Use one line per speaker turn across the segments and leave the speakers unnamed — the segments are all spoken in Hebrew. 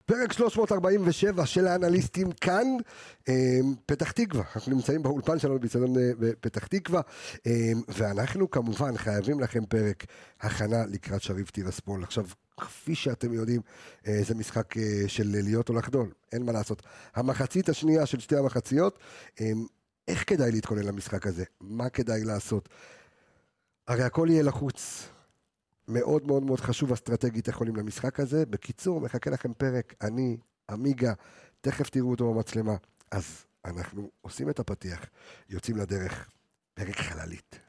פרק 347 של האנליסטים כאן, פתח תקווה, אנחנו נמצאים באולפן שלנו באצטדיון פתח תקווה, ואנחנו כמובן חייבים לכם פרק הכנה לקראת שריף טירספול. עכשיו, כפי שאתם יודעים, זה משחק של להיות או לחדול, אין מה לעשות. המחצית השנייה של שתי המחציות, איך כדאי להתכונן למשחק הזה? מה כדאי לעשות? הרי הכל יהיה לחוץ. מאוד מאוד מאוד חשוב אסטרטגית יכולים למשחק הזה. בקיצור, מחכה לכם פרק, אני, אמיגה, תכף תראו אותו במצלמה. אז אנחנו עושים את הפתיח, יוצאים לדרך, פרק חללית.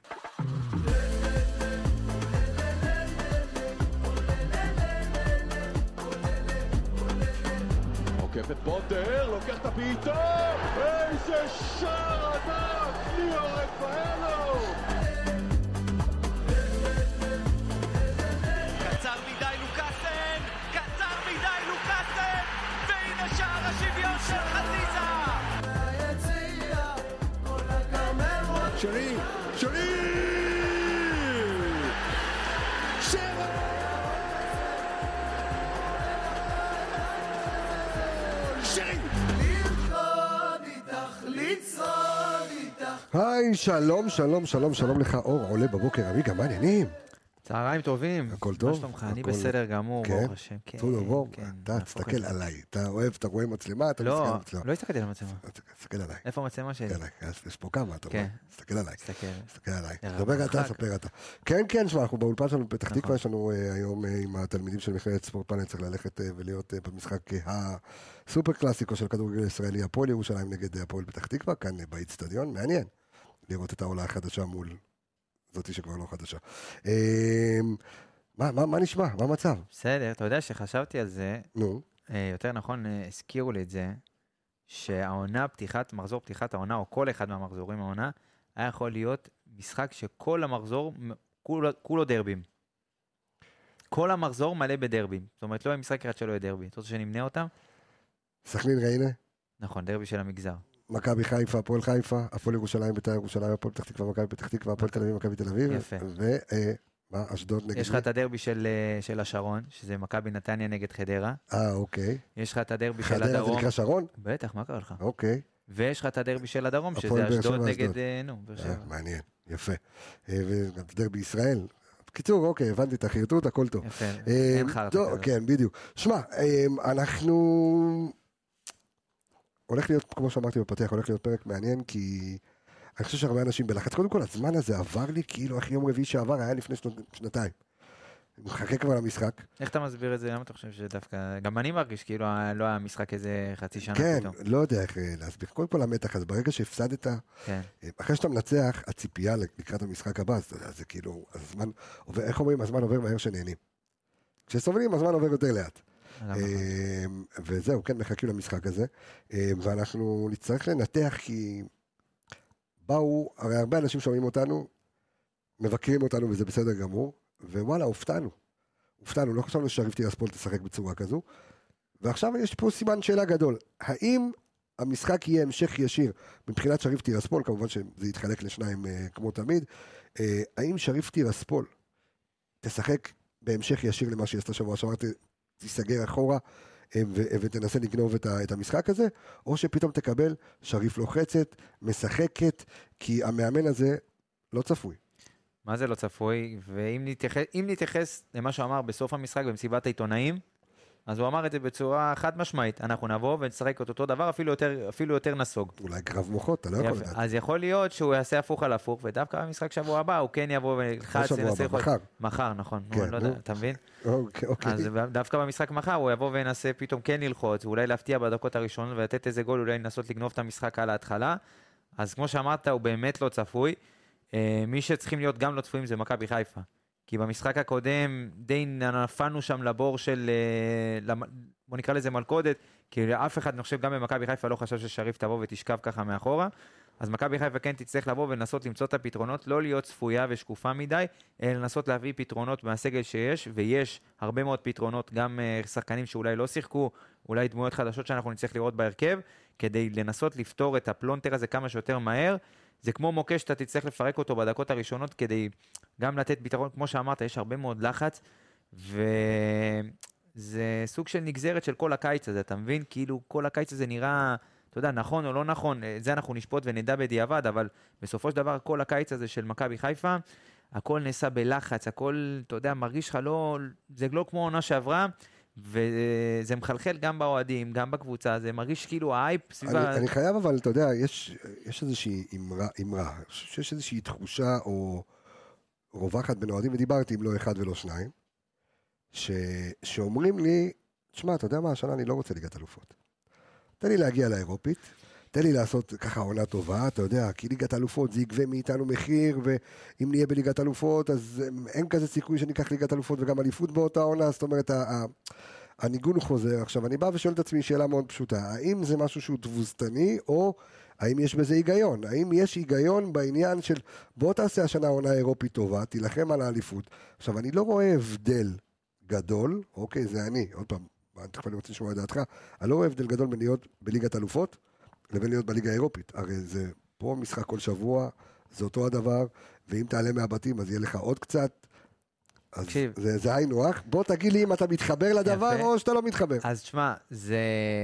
עוקף את פוטר, לוקח את הפעיטה, איזה שער ענק, ליאו רפאלו!
והנה שער השוויון של חזיזה!
שרי! שרי!
היי, שלום, שלום, שלום, שלום לך, אור עולה בבוקר, אמיגה, מה העניינים?
צהריים טובים.
הכל טוב?
מה שלומך? אני בסדר גמור, ברוך השם.
טוב, אתה תסתכל עליי, אתה אוהב, אתה רואה מצלמה, אתה מסתכל על מצלמה.
לא הסתכלתי על המצלמה.
תסתכל עליי.
איפה המצלמה שלי?
יש פה כמה, אתה רואה? תסתכל עליי. תסתכל עליי. דבר אתה, ספר אתה. כן, כן, שמה, אנחנו באולפן שלנו בפתח תקווה, יש לנו היום עם התלמידים של מכללת ספורט פאנל, צריך ללכת ולהיות במשחק הסופר קלאסיקו של כדורגל ישראלי, הפועל ירושלים נגד הפועל פתח תקווה, כאן באצטדיון, מעניין לראות את העולה החדשה מול זאתי שכבר לא חדשה. מה נשמע? מה המצב?
בסדר, אתה יודע שחשבתי על זה,
נו.
יותר נכון, הזכירו לי את זה, שהעונה מחזור פתיחת העונה, או כל אחד מהמחזורים העונה, היה יכול להיות משחק שכל המחזור, כולו דרבים. כל המחזור מלא בדרבים. זאת אומרת, לא היה משחק אחד שלא יהיה דרבי. אתה רוצה שנמנה אותם?
סכנין ריינה?
נכון, דרבי של המגזר.
מכבי חיפה, הפועל חיפה, הפועל ירושלים, בית"ר ירושלים, הפועל פתח תקווה, מכבי פתח תקווה, הפועל תל אביב, מכבי תל אביב.
יפה.
אשדוד נגד...
יש לך את הדרבי של השרון, שזה מכבי נתניה נגד חדרה.
אוקיי.
יש לך את הדרבי של
חדרה
הדרום.
זה נקרא שרון?
בטח, מה קרה לך?
אוקיי.
ויש לך את הדרבי של הדרום, שזה אשדוד נגד... באר שבע.
מעניין, יפה. וגם דרבי ישראל. בקיצור, אוקיי, הבנתי את החרטוט, הכל טוב.
יפה, אין חרטוט.
כן, בדיוק. שמע, אנחנו... הולך להיות, כמו שאמרתי בפתח, הולך להיות פרק מעניין, כי אני חושב שהרבה אנשים בלחץ. קודם כל, הזמן הזה עבר לי, כאילו, אחרי יום רביעי שעבר, היה לפני שנתיים. אני מחכה כבר למשחק.
איך אתה מסביר את זה? למה אתה חושב שדווקא... גם אני מרגיש, כאילו, לא היה משחק איזה חצי שנה פתאום.
כן, לא יודע איך להסביר. קודם כל המתח, אז ברגע שהפסדת, אחרי שאתה מנצח, הציפייה לקראת המשחק הבא, זה כאילו, הזמן עובר, איך אומרים, הזמן עובר מהר שנהנים. כשסובלים, הזמן עובר יותר לאט. וזהו, כן, מחכים למשחק הזה, ואנחנו נצטרך לנתח, כי באו, הרי הרבה אנשים שומעים אותנו, מבקרים אותנו, וזה בסדר גמור, ווואלה, הופתענו, לא חשבנו ששריף טירספול תשחק בצורה כזו, ועכשיו יש פה סימן שאלה גדול, האם המשחק יהיה המשך ישיר, מבחינת שריף טירספול, כמובן שזה יתחלק לשניים כמו תמיד, האם שריף טירספול תשחק בהמשך ישיר למה שהיא עשתה שבוע שעבר, תיסגר אחורה ותנסה לגנוב את המשחק הזה, או שפתאום תקבל שריף לוחצת, משחקת, כי המאמן הזה לא צפוי.
מה זה לא צפוי? ואם נתייחס למה שהוא אמר בסוף המשחק במסיבת העיתונאים, אז הוא אמר את זה בצורה חד משמעית, אנחנו נבוא ונשחק את אותו דבר, אפילו יותר נסוג.
אולי קרב מוחות, אתה לא יכול לדעת.
אז יכול להיות שהוא יעשה הפוך על הפוך, ודווקא במשחק שבוע הבא הוא כן יבוא ולחץ, מחר, נכון, לא יודע, אתה מבין? אז דווקא במשחק מחר הוא יבוא וינסה פתאום כן ללחוץ, ואולי להפתיע בדקות הראשונות ולתת איזה גול, אולי לנסות לגנוב את המשחק על ההתחלה, אז כמו שאמרת, הוא באמת לא צפוי, מי שצריכים להיות גם לא צפויים זה מכבי חיפה. כי במשחק הקודם די נפלנו שם לבור של, בוא נקרא לזה מלכודת, כי אף אחד, אני חושב, גם במכבי חיפה לא חשב ששריף תבוא ותשכב ככה מאחורה, אז מכבי חיפה כן תצטרך לבוא ולנסות למצוא את הפתרונות, לא להיות צפויה ושקופה מדי, אלא לנסות להביא פתרונות מהסגל שיש, ויש הרבה מאוד פתרונות, גם שחקנים שאולי לא שיחקו, אולי דמויות חדשות שאנחנו נצטרך לראות בהרכב, כדי לנסות לפתור את הפלונטר הזה כמה שיותר מהר, זה כמו מוקש, אתה תצטרך לפרק אותו בדקות הראשונות, כדי גם לתת פתרון, כמו שאמרת, יש הרבה מאוד לחץ, וזה זה סוג של נגזרת של כל הקיץ הזה, אתה מבין? כאילו כל הקיץ הזה נראה, אתה יודע, נכון או לא נכון, זה אנחנו נשפוט ונדע בדיעבד, אבל בסופו של דבר כל הקיץ הזה של מכבי חיפה, הכל נעשה בלחץ, הכל, אתה יודע, מרגיש לך לא, זה לא כמו העונה שעברה, וזה מחלחל גם באוהדים, גם בקבוצה, זה מרגיש כאילו האייפ סביבה...
אני חייב, אבל אתה יודע, יש איזושהי אמרה, שיש איזושהי תחושה או רווחת בין אוהדים, ודיברתי עם לא אחד ולא שניים, שאומרים לי, תשמע, אתה יודע מה, השנה אני לא רוצה ליגת אלופות. תן לי להגיע לאירופית, תן לי לעשות ככה עונה טובה, אתה יודע, כי ליגת אלופות זה יגבה מאיתנו מחיר, ואם נהיה בליגת אלופות, אז אין כזה סיכוי שניקח ליגת אלופות וגם אליפות באותה עונה, זאת אומרת, הניגון הוא חוזר. עכשיו, אני בא ושואל את עצמי שאלה מאוד פשוטה, האם זה משהו שהוא תבוסתני, או האם יש בזה היגיון? האם יש היגיון בעניין של, בוא תעשה השנה עונה אירופית טובה, תילחם על האליפות. עכשיו, אני לא רואה הבדל גדול, אוקיי, זה אני, עוד פעם, תכף אני רוצה לשמוע את דעתך, אני לא רואה הבדל גדול בין להיות בליגת אלופות, לבין להיות בליגה האירופית. הרי זה פה משחק כל שבוע, זה אותו הדבר, ואם תעלה מהבתים, אז יהיה לך עוד קצת, אז זה היינו אח. בוא תגיד לי אם אתה מתחבר לדבר, יפה. או שאתה לא מתחבר.
אז תשמע, זה...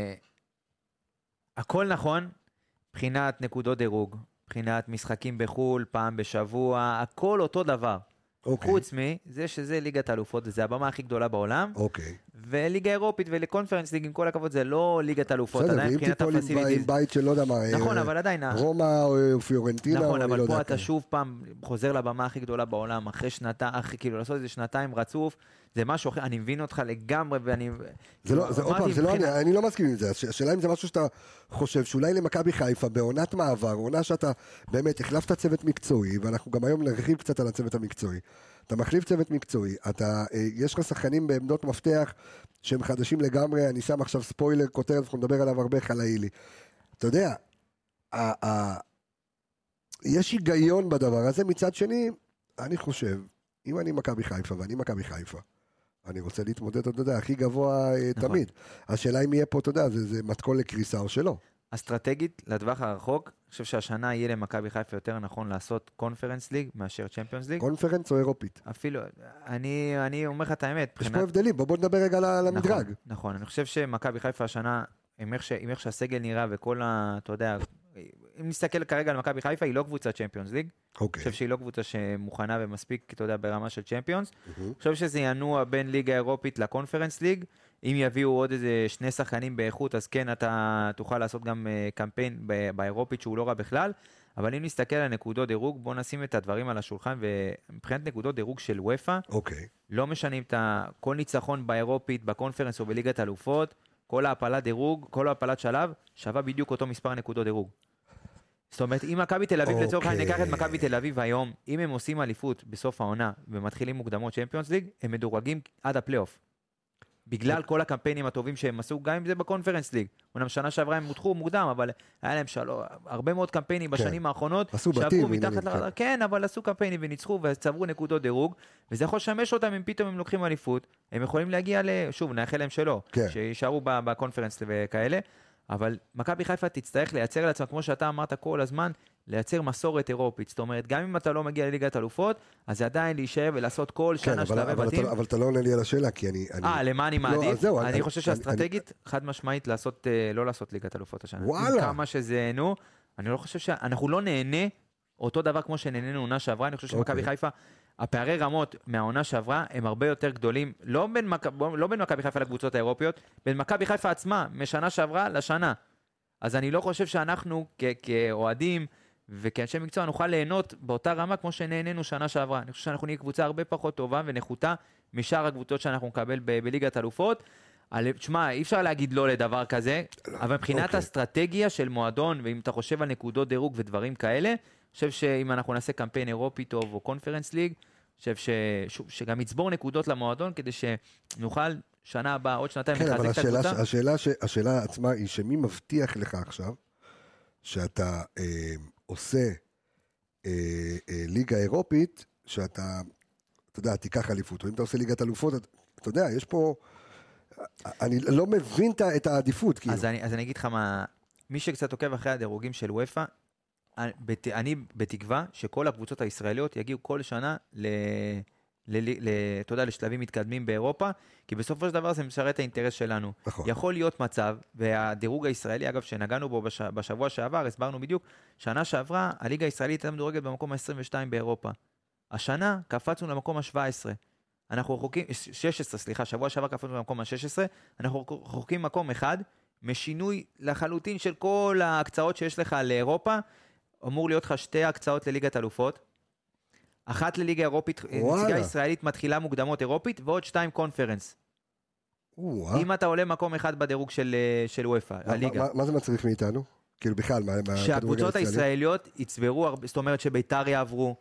הכל נכון, מבחינת נקודות דירוג, מבחינת משחקים בחול, פעם בשבוע, הכל אותו דבר. חוץ מזה שזה ליגת האלופות, זה הבמה הכי גדולה בעולם, וליגה אירופית ולקונפרנס ליג, עם כל הכבוד, זה לא ליגת האלופות,
עדיין מבחינת הפסיליטיז. עם בית של לא יודע מה,
נכון, אבל עדיין,
רומא או פיורנטינה,
נכון, אבל פה אתה שוב פעם חוזר לבמה הכי גדולה בעולם, אחרי שנתיים, כאילו לעשות איזה שנתיים רצוף, זה משהו אחר, אני מבין אותך לגמרי, ואני...
אני לא מסכים עם זה, השאלה אם זה משהו שאתה חושב, שאולי למכבי חיפה, בעונת מעבר, עונה שאתה באמת החלפת צוות מקצועי, ואנחנו גם היום נרחיב קצת על הצוות המקצועי, אתה מחליף צוות מקצועי, יש לך שחקנים בעמדות מפתח, שהם חדשים לגמרי, אני שם עכשיו ספוילר, כותרת, אנחנו נדבר עליו הרבה חלאילי. אתה יודע, יש היגיון בדבר הזה, מצד שני, אני חושב, אם אני מכבי חיפה, ואני מכבי חיפה, אני רוצה להתמודד, אתה יודע, הכי גבוה תמיד. השאלה אם יהיה פה, אתה יודע, זה מתכון לקריסה או שלא.
אסטרטגית, לדווח הרחוק, אני חושב שהשנה יהיה למכבי חיפה יותר נכון לעשות קונפרנס ליג מאשר צ'מפיונס ליג. קונפרנס
או אירופית?
אפילו, אני אומר לך את האמת.
יש פה הבדלים, בוא נדבר רגע על המדרג.
נכון, אני חושב שמכבי חיפה השנה, עם איך שהסגל נראה וכל אתה יודע, אם נסתכל כרגע על מכבי חיפה, היא לא קבוצה צ'מפיונס ליג. אני חושב שהיא לא קבוצה שמוכנה ומספיק, אתה יודע, ברמה של צ'מפיונס. אני חושב שזה ינוע בין ליגה אירופית לקונפרנס ליג. אם יביאו עוד איזה שני שחקנים באיכות, אז כן, אתה תוכל לעשות גם קמפיין באירופית שהוא לא רע בכלל. אבל אם נסתכל על נקודות דירוג, בואו נשים את הדברים על השולחן, ומבחינת נקודות דירוג של וויפה, לא משנים את כל ניצחון באירופית, בקונפרנס או בליגת אלופות, כל ההפלת דירוג, כל ההפלת שלב, שווה בדיוק אותו מספר נקודות דירוג. זאת אומרת, אם מכבי תל אביב לצורך העניין, ניקח את מכבי תל אביב היום, אם הם עושים אליפות בסוף העונה, ומתחילים מוקדמות צ'מפיונס ליג, הם מדורגים עד הפלייאוף. בגלל כל הקמפיינים הטובים שהם עשו, גם אם זה בקונפרנס ליג. אומנם שנה שעברה הם מותחו מוקדם, אבל היה להם הרבה מאוד קמפיינים בשנים האחרונות, שעברו מתחת לרדאר, כן, אבל עשו קמפיינים וניצחו וצברו נקודות דירוג, וזה יכול לשמש אותם אם פתאום הם לוקחים אליפות, הם יכולים להגיע שוב, נאחל להם שלא, שישארו בקונפרנס וכאלה, אבל מכבי חיפה תצטרך לייצר לעצמה, כמו שאתה אמרת כל הזמן, לייצר מסורת אירופית. זאת אומרת, גם אם אתה לא מגיע לליגת אלופות, אז זה עדיין להישאר ולעשות כל שנה שלבי בתים.
אבל אתה לא עונה לי על השאלה, כי אני...
למה אני מעדיף? אני חושב שהאסטרטגית, חד משמעית, לא לעשות ליגת אלופות השנה.
וואלה.
כמה שזה, אני לא חושב שאנחנו לא נהנה אותו דבר כמו שנהנינו עונה שעברה. אני חושב שמכבי חיפה, הפערי רמות מהעונה שעברה הם הרבה יותר גדולים, לא בין מכבי חיפה לקבוצות האירופיות, בין מכבי חיפה עצמה, משנה שעברה לשנה. אז אני לא חושב שאנחנו כאוהדים וכאנשי מקצוע נוכל ליהנות באותה רמה כמו שנהנינו שנה שעברה. אני חושב שאנחנו נהיה קבוצה הרבה פחות טובה ונחותה משאר הקבוצות שאנחנו נקבל בליגת אלופות. תשמע, אי אפשר להגיד לא לדבר כזה, אבל מבחינת אסטרטגיה של מועדון, ואם אתה חושב על נקודות דירוג ודברים כאלה, אני חושב שאם אנחנו נעשה קמפיין אירופי טוב או קונפרנס ליג, אני חושב שגם יצבור נקודות למועדון כדי שנוכל שנה הבאה, עוד שנתיים לחזק את הקבוצה.
השאלה עצמה היא שמי מבטיח לך עכשיו שאתה עושה ליגה אירופית, שאתה, אתה יודע, תיקח אליפות, או אם אתה עושה ליגת אלופות, אתה יודע, יש פה, אני לא מבין את העדיפות.
אז אני אגיד לך מה, מי שקצת עוקב אחרי הדירוגים של וויפה, אני בתקווה שכל הקבוצות הישראליות יגיעו כל שנה אתה יודע, לשלבים מתקדמים באירופה, כי בסופו של דבר זה משרת האינטרס שלנו.
נכון.
יכול להיות מצב, והדירוג הישראלי, אגב, שנגענו בו בשבוע שעבר, הסברנו בדיוק, שנה שעברה, הליגה הישראלית הייתה מדורגת במקום ה-22 באירופה. השנה קפצנו למקום ה-17. אנחנו רחוקים, 16, סליחה, שבוע שעבר קפצנו למקום ה-16, אנחנו רחוקים מקום אחד, משינוי לחלוטין של כל ההקצאות שיש לך לאירופה, אמור להיות לך 2 הקצאות לליגת אלופות, אחת לליגה אירופית, נציגה ישראלית מתחילה מוקדמות אירופית, ועוד 2 קונפרנס. אם אתה עולה מקום אחד בדירוג של וופא, הליגה.
מה זה מצריך מאיתנו? כאילו בכלל,
שהקבוצות הישראליות יצברו, זאת אומרת שביתר יעברו,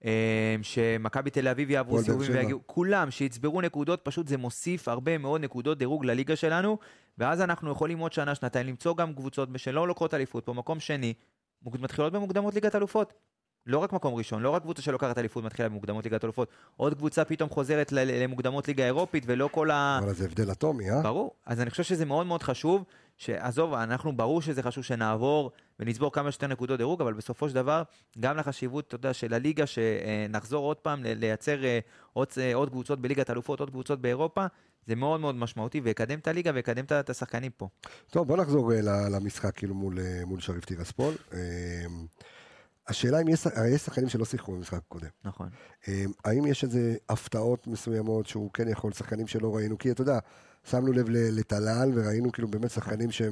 שמכבי תל אביב יעברו סיבובים ויגיעו, כולם שיצברו נקודות, פשוט זה מוסיף הרבה מאוד נקודות דירוג לליגה שלנו, ואז אנחנו יכולים עוד שנה, שנתיים, למצוא גם קבוצות שלא לוקחות אליפות, פה מקום שני, מתחילות במוקדמות ליגת אלופות. לא רק מקום ראשון, לא רק קבוצה שלוקחת אליפות מתחילה במוקדמות ליגת אלופות, עוד קבוצה פתאום חוזרת למוקדמות ליגה אירופית, ולא כל
אבל זה הבדל אטומי, אה?
ברור, אז אני חושב שזה מאוד מאוד חשוב, שעזוב, אנחנו ברור שזה חשוב שנעבור ונצבור כמה שיותר נקודות דירוג, אבל בסופו של דבר, גם לחשיבות, אתה יודע, של הליגה, שנחזור עוד פעם לייצר עוד קבוצות בליגת אלופות, עוד קבוצות באירופה, זה מאוד מאוד משמעותי, ויקדם את הליגה ויקדם את השחקנים פה.
טוב, בוא נחזור למשחק כאילו מול שריף טירספול. השאלה אם יש שחקנים שלא שיחקו במשחק קודם.
נכון.
האם יש איזה הפתעות מסוימות שהוא כן יכול, שחקנים שלא ראינו, כי אתה יודע, שמנו לב לטלל וראינו כאילו באמת שחקנים שהם,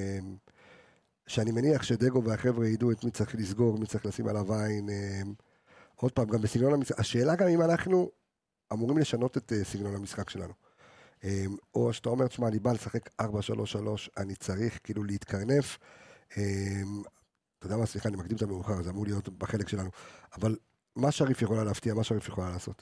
שאני מניח שדגו והחבר'ה ידעו את מי צריך לסגור, מי צריך לשים עליו עין, עוד פעם, גם בסגנון המשחק, השאלה גם אם אנחנו אמורים לשנות את סגנון המשחק שלנו. או שאתה אומר, תשמע, אני בא לשחק 4-3-3, אני צריך כאילו להתקרנף, אתה יודע מה, סליחה, אני מקדים את המאוחר, זה אמור להיות בחלק שלנו, אבל מה שריף יכולה להפתיע, מה שריף יכולה לעשות?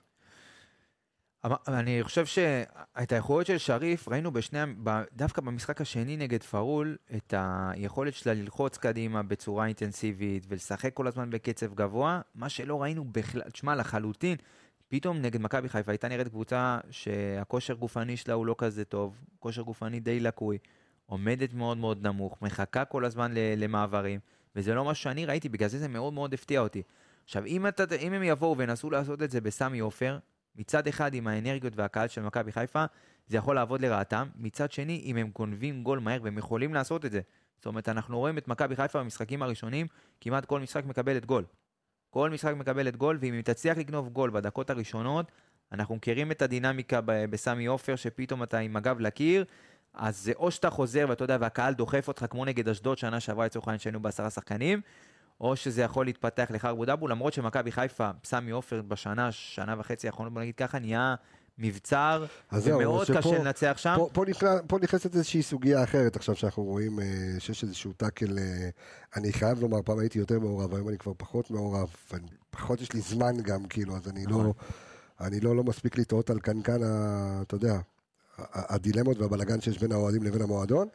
אני חושב שאת היכולת של שריף, ראינו דווקא במשחק השני נגד פאול, את היכולת שלה ללחוץ קדימה בצורה אינטנסיבית, ולשחק כל הזמן בקצב גבוה, מה שלא ראינו בכלל, תשמע, לחלוטין, פתאום נגד מכבי חיפה הייתה נראית קבוצה שהכושר גופני שלה הוא לא כזה טוב, כושר גופני די לקוי, עומדת מאוד מאוד נמוך, מחכה כל הזמן למעברים, וזה לא מה שאני ראיתי, בגלל זה מאוד מאוד הפתיע אותי. עכשיו, אם הם יבואו ונסו לעשות את זה בסמי עופר, מצד אחד עם האנרגיות והקהל של מכבי חיפה, זה יכול לעבוד לרעתם, מצד שני, אם הם גונבים גול מהר, והם יכולים לעשות את זה. זאת אומרת, אנחנו רואים את מכבי חיפה במשחקים הראשונים, כמעט כל משחק מקבל את גול. כל משחק מקבל את גול, ואם היא תצליח לגנוב גול בדקות הראשונות, אנחנו מכירים את הדינמיקה בסמי עופר, שפתאום אתה עם הגב לקיר, אז זה או שאתה חוזר, ואתה יודע, והקהל דוחף אותך כמו נגד אשדוד, שנה שעברה לצורך העניין שהיינו ב10 שחקנים, או שזה יכול להתפתח לחרבו דאבו, למרות שמכבי חיפה, סמי עופר שנה וחצי האחרונות, בוא נגיד ככה, נהיה מבצר, ומאוד קשה לנצח שם.
פה נכנסת איזושהי סוגיה אחרת, עכשיו שאנחנו רואים שיש איזשהו טאקל, אני חייב לומר, פעם הייתי יותר מעורב, היום אני כבר פחות מעורב, פחות יש לי זמן גם, כאילו, אז אני לא מספיק לטעות על כאן, אתה יודע, הדילמות והבלגן שיש בין האוהדים לבין המועדון.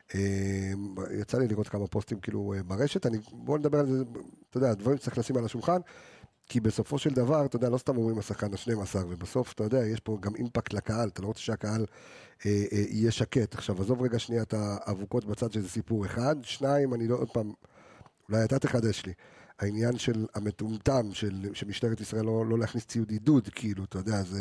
יצא לי לראות כמה פוסטים כאילו ברשת, בואו נדבר על זה, אתה יודע, דברים שצריך לשים על השולחן, כי בסופו של דבר, אתה יודע, לא סתם אומרים השחקן ה-12, ובסוף, אתה יודע, יש פה גם אימפקט לקהל, אתה לא רוצה שהקהל יהיה שקט. עכשיו, עזוב רגע שנייה את האבוקות בצד שזה סיפור אחד, שניים, אני לא, עוד פעם, אולי אתה תחדש לי, העניין של המטומטם, של משטרת ישראל לא להכניס ציוד עידוד, כאילו, אתה יודע, זה...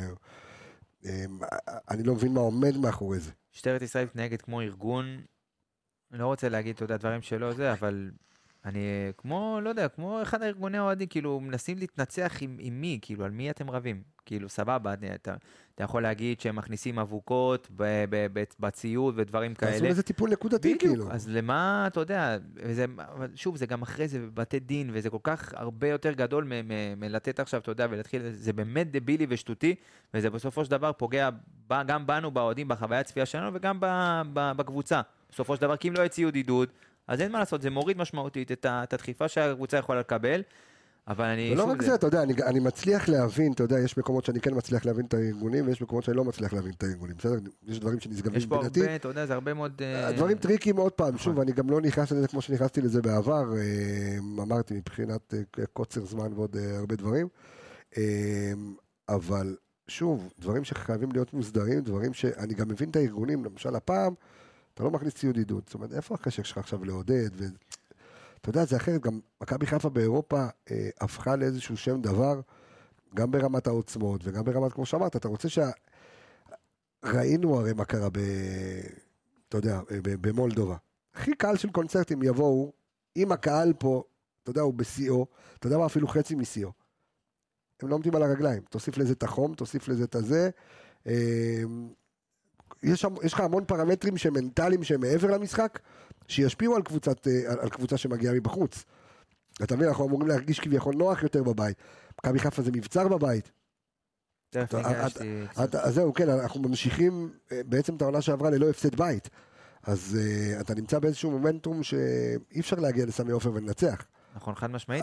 אני לא מבין מה עומד מאחורי זה.
משטרת ישראל מתנהגת כמו ארגון, אני לא רוצה להגיד, אתה יודע, דברים שלא זה, אבל אני כמו, לא יודע, כמו אחד הארגוני האוהדים, כאילו, מנסים להתנצח עם מי, כאילו, על מי אתם רבים? כאילו, סבבה, אתה יכול להגיד שהם מכניסים אבוקות בציוד ודברים כאלה. אז
זה טיפול נקודתי, כאילו.
אז למה, אתה יודע, שוב, זה גם אחרי זה בבתי דין, וזה כל כך הרבה יותר גדול מלתת עכשיו, אתה יודע, ולהתחיל, זה באמת דבילי ושטותי, וזה בסופו של דבר פוגע גם בנו, באוהדים, בחוויה הצפייה שלנו, וגם בקבוצה. בסופו של דבר, כי אם לא יהיה ציוד עידוד, אז אין מה לעשות, זה מוריד משמעותית את הדחיפה שהקבוצה יכולה לקבל, אבל אני...
ולא רק זה, אתה יודע, אני מצליח להבין, אתה יודע, יש מקומות שאני כן מצליח להבין את הארגונים, ויש מקומות שאני לא מצליח להבין את הארגונים, בסדר? יש דברים שנשגבים בינתי.
יש פה הרבה, אתה יודע, זה הרבה מאוד...
דברים טריקים עוד פעם, שוב, אני גם לא נכנס לזה כמו שנכנסתי לזה בעבר, אמרתי, מבחינת קוצר זמן ועוד הרבה דברים, אבל שוב, דברים שחייבים להיות מוסדרים, דברים שאני גם מבין את הארגונים, למשל הפעם, אתה לא מכניס ציוד עידוד, זאת אומרת, איפה החשק שלך עכשיו לעודד, אתה יודע, זה אחרת, גם מכבי חיפה באירופה הפכה לאיזשהו שם דבר, גם ברמת העוצמות, וגם ברמת, כמו שאמרת, אתה רוצה ראינו הרי מה קרה אתה יודע, במולדובה. הכי קהל של קונצרטים יבואו, אם הקהל פה, אתה יודע, הוא בשיאו, אתה יודע מה, אפילו חצי משיאו. הם לא עומדים על הרגליים, תוסיף לזה את החום, תוסיף לזה את הזה. יש לך המון פרמטרים שמנטליים שהם מעבר למשחק, שישפיעו על קבוצה שמגיעה מבחוץ. אתה מבין, אנחנו אמורים להרגיש כביכול נוח יותר בבית. מכבי חיפה זה מבצר בבית. אז זהו, כן, אנחנו ממשיכים בעצם את העונה שעברה ללא הפסד בית. אז אתה נמצא באיזשהו מומנטום שאי אפשר להגיע לסמי עופר ולנצח.
נכון, חד משמעית.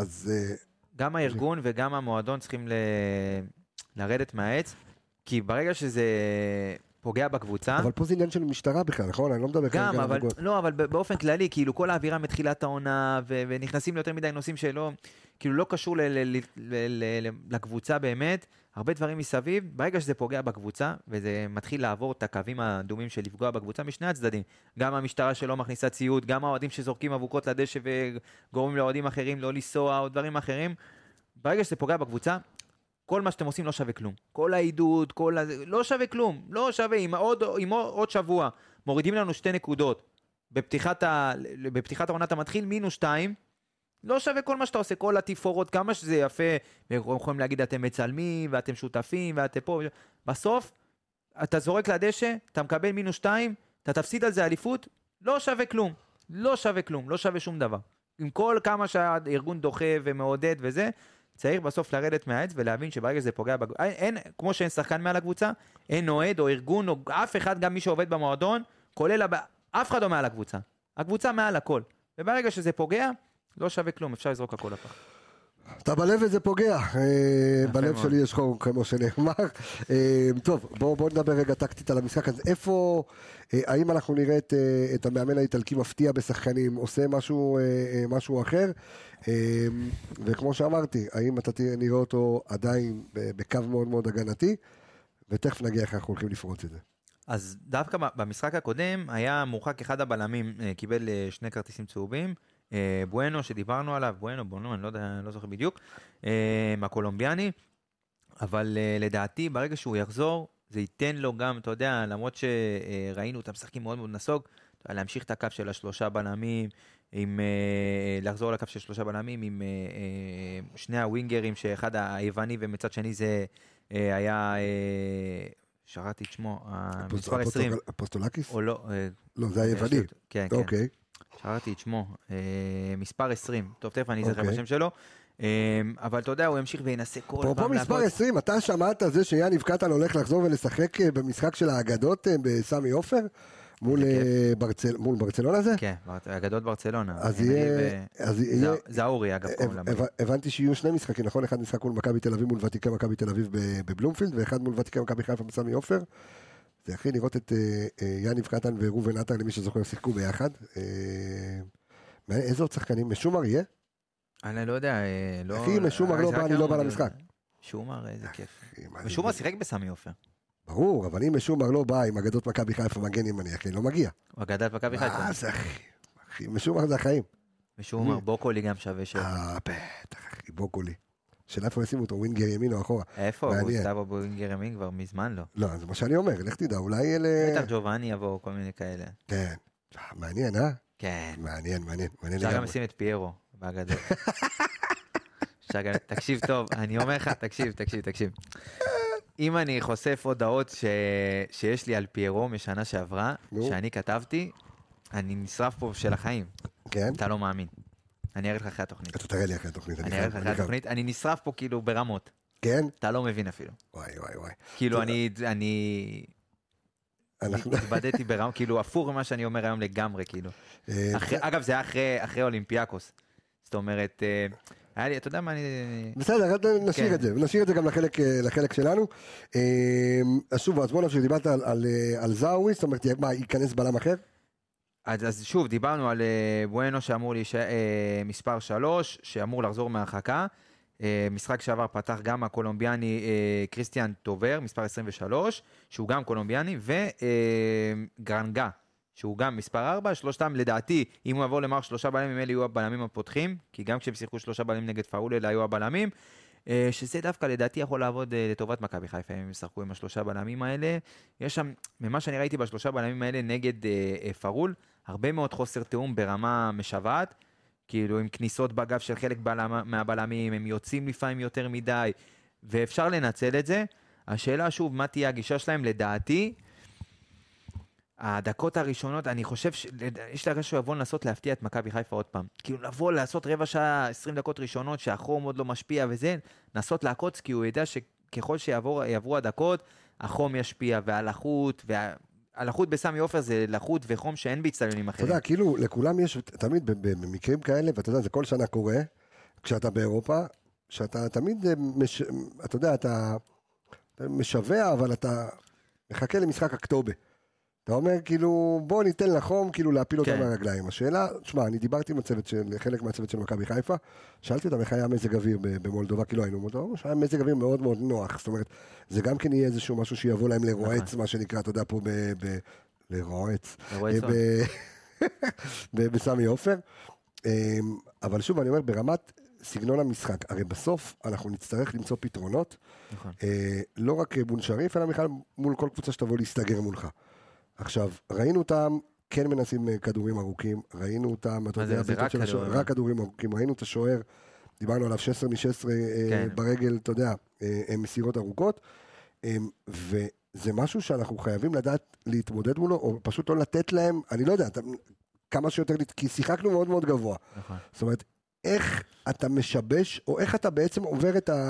גם הארגון וגם המועדון צריכים לרדת מהעץ, כי ברגע שזה פוגע בקבוצה...
אבל פה זה עניין של משטרה בכלל, נכון? אני לא מדבר
גם, אבל באופן כללי, כאילו כל האווירה מתחילת העונה, ונכנסים ליותר מדי נושאים שלא, כאילו לא קשור לקבוצה באמת, הרבה דברים מסביב, ברגע שזה פוגע בקבוצה, וזה מתחיל לעבור את הקווים האדומים של לפגוע בקבוצה משני הצדדים, גם המשטרה שלא מכניסה ציוד, גם האוהדים שזורקים אבוקות לדשא וגורמים לאוהדים אחרים לא לנסוע או דברים אחרים, ברגע שזה פוגע בקבוצה, כל מה שאתם עושים לא שווה כלום. כל העידוד, לא שווה כלום. לא שווה. אם עוד שבוע מורידים לנו 2 נקודות בפתיחת העונת המתחיל, -2, לא שווה כל מה שאתה עושה, כל התפאורות, כמה שזה יפה, ויכולים להגיד, אתם מצלמים, ואתם שותפים, ואתם פה. בסוף, אתה זורק לדשא, אתה מקבל -2, אתה תפסיד על זה אליפות, לא שווה כלום. לא שווה כלום, לא שווה שום דבר. עם כל כמה שהארגון דוחה ומעודד וזה, צריך בסוף לרדת מהעץ ולהבין שברגע שזה פוגע אין, כמו שאין שחקן מעל הקבוצה, אין אוהד או ארגון או אף אחד, גם מי שעובד במועדון, כולל אף אחד לא מעל הקבוצה. הקבוצה מעל הכל. וברגע שזה פוגע, לא שווה כלום, אפשר לזרוק הכל לפח.
אתה בלב וזה פוגע, בלב שלי יש חור כמו שנאמר. טוב, בואו נדבר רגע טקטית על המשחק הזה. איפה, האם אנחנו נראה את המאמן האיטלקי מפתיע בשחקנים, עושה משהו אחר, וכמו שאמרתי, האם אתה נראה אותו עדיין בקו מאוד מאוד הגנתי, ותכף נגיע איך אנחנו הולכים לפרוץ את זה.
אז דווקא במשחק הקודם היה מורחק אחד הבלמים, קיבל 2 כרטיסים צהובים, בואנו שדיברנו עליו, בואנו, אני לא זוכר בדיוק, הקולומביאני, אבל לדעתי ברגע שהוא יחזור, זה ייתן לו גם, אתה יודע, למרות שראינו את המשחקים מאוד מאוד נסוג, להמשיך את הקו של 3 בלמים, לחזור לקו של 3 בלמים, עם 2 הווינגרים, שאחד היווני ומצד שני זה היה, שרתי את שמו, מספר 20.
אפוסטולקיס?
או לא.
לא, זה היווני.
כן, כן.
אוקיי.
שרתי את שמו, מספר 20, טוב, תכף אני אזכר בשם שלו, אבל אתה יודע, הוא ימשיך וינסה כל פעם.
פה מספר 20, אתה שמעת זה שיאניב קטן הולך לחזור ולשחק במשחק של האגדות בסמי עופר, מול ברצלונה זה?
כן, אגדות ברצלונה.
אז יהיה...
זאורי, אגב.
הבנתי שיהיו 2 משחקים, נכון? אחד משחק מול מכבי תל אביב, מול ותיקי מכבי תל אביב בבלומפילד, ואחד מול ותיקי מכבי חיפה בסמי עופר. זה הכי לראות את יאניב קטן ורובן עטר, למי שזוכר, שיחקו ביחד. איזה עוד שחקנים? משומר יהיה?
אני לא יודע.
אחי, משומר לא בא, אני לא בא למשחק.
משומר, איזה כיף. משומר שיחק בסמי עופר.
ברור, אבל אם משומר לא בא עם אגדות מכבי חיפה מגן ימני, אחי, לא מגיע.
אגדת מכבי חיפה.
מה זה, אחי? משומר זה החיים.
משומר, בוקולי גם שווה שם.
בטח, אחי, בוקולי. שאלה איפה ישימו אותו, ווינגר ימין או אחורה.
איפה? הוא סתיו בווינגר ימין כבר מזמן לא.
לא, זה מה שאני אומר, לך תדע, אולי אלה...
בטח ג'ובאני יבוא, כל מיני כאלה.
כן, מעניין,
כן.
מעניין.
אפשר גם לשים את פיירו באגדות. תקשיב טוב, אני אומר לך, תקשיב. אם אני חושף הודעות שיש לי על פיירו משנה שעברה, שאני כתבתי, אני נשרף פה של החיים.
כן?
אתה לא מאמין. אני אראה לך אחרי התוכנית.
אתה תראה לי אחרי התוכנית.
אני אראה לך אחרי התוכנית. אני נשרף פה כאילו ברמות.
כן?
אתה לא מבין אפילו.
וואי.
כאילו אני התבדתי ברמות, כאילו הפוך ממה שאני אומר היום לגמרי, כאילו. אגב, זה היה אחרי אולימפיאקוס. זאת אומרת, היה לי, אתה יודע מה אני...
בסדר, נשאיר את זה גם לחלק שלנו. אז שוב, אז בוא נמשיך, דיברת על זאווי, זאת אומרת, מה, ייכנס בלם אחר?
אז שוב, דיברנו על בואנו שאמור מספר 3, שאמור לחזור מהרחקה. משחק שעבר פתח גם הקולומביאני קריסטיאן טובר, מספר 23, שהוא גם קולומביאני, וגרנגה, שהוא גם מספר 4, שלושתם לדעתי, אם הוא יבוא למערך 3 בלמים, אלה יהיו הבלמים הפותחים, כי גם כשהם שיחקו 3 בלמים נגד פאול, אלה היו הבלמים. שזה דווקא לדעתי יכול לעבוד לטובת מכבי חיפה, אם הם ישחקו עם השלושה בלמים האלה. יש שם, ממה שאני ראיתי בשלושה בלמים האלה נגד פרול, הרבה מאוד חוסר תאום ברמה משוועת, כאילו עם כניסות בגב של חלק מהבלמים, הם יוצאים לפעמים יותר מדי, ואפשר לנצל את זה. השאלה שוב, מה תהיה הגישה שלהם? לדעתי, הדקות הראשונות, אני חושב יש להרגש שהוא יבוא לנסות להפתיע את מכבי חיפה עוד פעם. כאילו לבוא לעשות רבע שעה, 20 דקות ראשונות, שהחום עוד לא משפיע וזה, לנסות לעקוץ, כי הוא ידע שככל שיעברו הדקות, החום ישפיע, והלחות בסמי עופר זה לחות וחום שאין באצטדיונים אחרים.
אתה יודע, כאילו לכולם יש, תמיד במקרים כאלה, ואתה יודע, זה כל שנה קורה, כשאתה באירופה, שאתה תמיד, אתה יודע, אתה משווה, אבל אתה מחכה למשחק אקטובר. אתה אומר, כאילו, בוא ניתן לחום, כאילו, להפיל אותם מהרגליים. השאלה, תשמע, אני דיברתי עם הצוות חלק מהצוות של מכבי חיפה, שאלתי אותם איך היה מזג אוויר במולדובה, כי לא היינו מולדובה, שהיה מזג אוויר מאוד מאוד נוח, זאת אומרת, זה גם כן יהיה איזשהו משהו שיבוא להם לרועץ, מה שנקרא, אתה יודע, פה לרועץ, בסמי עופר. אבל שוב, אני אומר, ברמת סגנון המשחק, הרי בסוף אנחנו נצטרך למצוא פתרונות, לא רק מול שריף, אלא בכלל מול כל קבוצה שתבוא להסתגר מולך. עכשיו, ראינו אותם, כן מנסים כדורים ארוכים, ראינו אותם, אתה יודע, רק כדורים ארוכים, ראינו את השוער, דיברנו עליו 16 מ-16 ברגל, אתה יודע, מסירות ארוכות, וזה משהו שאנחנו חייבים לדעת להתמודד מולו, או פשוט לא לתת להם, אני לא יודע, כמה שיותר, כי שיחקנו מאוד מאוד גבוה. זאת אומרת, איך אתה משבש, או איך אתה בעצם עובר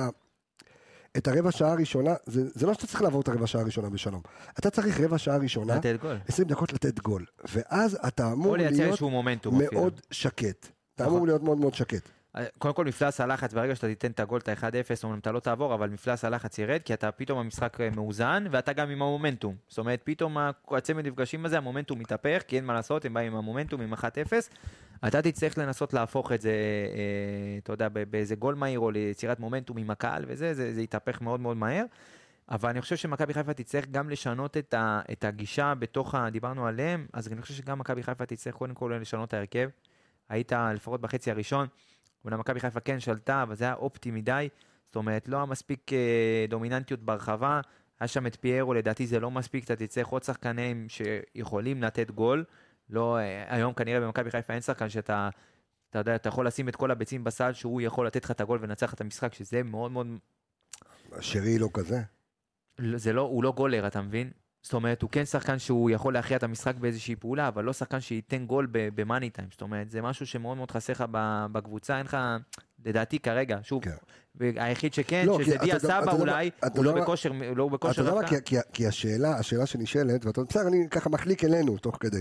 את הרבע שעה הראשונה, זה לא שאתה צריך לעבור את הרבע שעה הראשונה בשלום. אתה צריך רבע שעה הראשונה, 20 דקות לתת גול. ואז אתה אמור להיות מאוד שקט. אתה אמור להיות מאוד מאוד שקט.
קודם כל מפלס הלחץ, ברגע שאתה תיתן את הגול, את ה-1-0, אומרים, אתה לא תעבור, אבל מפלס הלחץ ירד, כי אתה פתאום המשחק מאוזן, ואתה גם עם המומנטום. זאת אומרת, פתאום הצמד נפגשים הזה, המומנטום מתהפך, כי אין מה לעשות, הם באים עם המומנטום, עם 1-0. אתה תצטרך לנסות להפוך את זה, אתה יודע, באיזה גול מהיר, או ליצירת מומנטום עם הקהל, וזה, זה יתהפך מאוד מאוד מהר. אבל אני חושב שמכבי חיפה תצטרך גם לשנות את הגישה בתוך, דיברנו עליהם, אז אני חושב שגם מכבי חיפה תצטרך קודם כל לשנות את ההרכב. היית לפחות בחצי הראשון, ומכבי חיפה כן שלטה, אבל זה היה אופטי מדי, זאת אומרת, לא מספיק דומיננטיות ברחבה, היה שם את פיירו, לדעתי זה לא מספיק, אתה תצטרך עוד שחקנים שיכולים לתת גול, לא, היום כנראה במכבי חיפה אין שחקן שאתה, אתה יודע, אתה יכול לשים את כל הביצים בסל, שהוא יכול לתת לך את הגול ונצח את המשחק, שזה מאוד מאוד...
שרי לא כזה?
זה לא, הוא לא גולר, אתה מבין? זאת אומרת, הוא כן שחקן שהוא יכול להכריע את המשחק באיזושהי פעולה, אבל לא שחקן שייתן גול במאני טיים. זאת אומרת, זה משהו שמאוד מאוד חסר לך בקבוצה, אין לך, לדעתי כרגע, שוב, היחיד שכן, שזה דיה סבא אולי, הוא לא בכושר
רפקה. אתה יודע מה, כי השאלה שנשאלת, ואתה בסדר, אני ככה מחליק אלינו תוך כדי.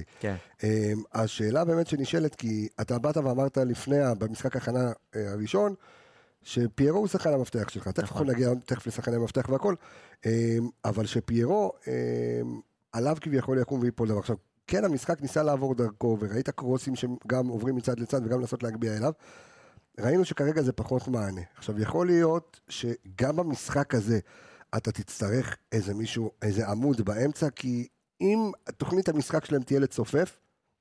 השאלה באמת שנשאלת, כי אתה באת ואמרת לפני, במשחק הכנה הראשון, שפיירו הוא שחקן המפתח שלך, תכף אנחנו נגיע תכף לשחקני המפתח והכל, אבל שפיירו עליו כביכול יקום ויפול דבר. עכשיו, כן המשחק ניסה לעבור דרכו, וראית קרוסים שגם עוברים מצד לצד וגם לנסות להגביע אליו, ראינו שכרגע זה פחות מענה. עכשיו, יכול להיות שגם במשחק הזה אתה תצטרך איזה מישהו, איזה עמוד באמצע, כי אם תוכנית המשחק שלהם תהיה לצופף,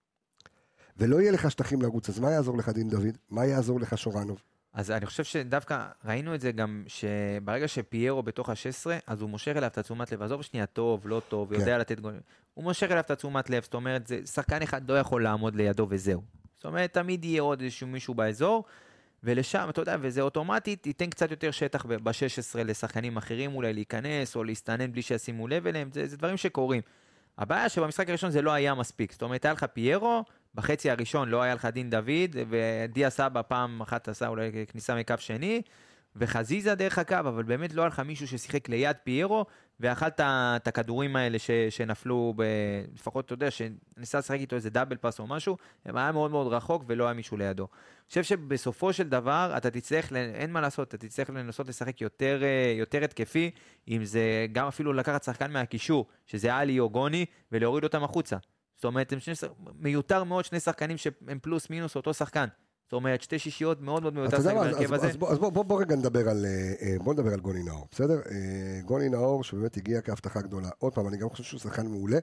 ולא יהיה לך שטחים לרוץ, אז מה יעזור לך דין דוד? מה יעזור לך שורנוב?
אז אני חושב שדווקא ראינו את זה גם, שברגע שפיירו בתוך ה-16, אז הוא מושך אליו את התשומת לב, עזוב שנייה טוב, לא טוב, יודע לתת גול, הוא מושך אליו את התשומת לב, זאת אומרת, שחקן אחד לא יכול לעמוד לידו וזהו. זאת אומרת, תמיד יהיה עוד איזשהו מישהו באזור, ולשם, אתה יודע, וזה אוטומטית, ייתן קצת יותר שטח ב-16 לשחקנים אחרים אולי להיכנס, או להסתנן בלי שישימו לב אליהם, זה דברים שקורים. הבעיה שבמשחק הראשון זה לא היה מספיק, זאת אומרת, היה לך פיירו, בחצי הראשון לא היה לך דין דוד, ודיה סבא פעם אחת עשה אולי כניסה מקו שני, וחזיזה דרך הקו, אבל באמת לא היה לך מישהו ששיחק ליד פיירו, ואכל את הכדורים האלה שנפלו, לפחות אתה יודע, שניסה לשחק איתו איזה דאבל פאס או משהו, הם היה מאוד מאוד רחוק ולא היה מישהו לידו. אני חושב שבסופו של דבר, אתה תצטרך, אין מה לעשות, אתה תצטרך לנסות לשחק יותר התקפי, אם זה גם אפילו לקחת שחקן מהקישור, שזה אלי או גוני, ולהוריד אותם החוצה. זאת אומרת, מיותר מאוד שני שחקנים שהם פלוס מינוס אותו שחקן. זאת אומרת, שתי שישיות מאוד מאוד מיותר שחק בהרכב הזה.
אז בוא רגע נדבר על גוני נאור, בסדר? גוני נאור שבאמת הגיע כהבטחה גדולה. עוד פעם, אני גם חושב שהוא שחקן מעולה.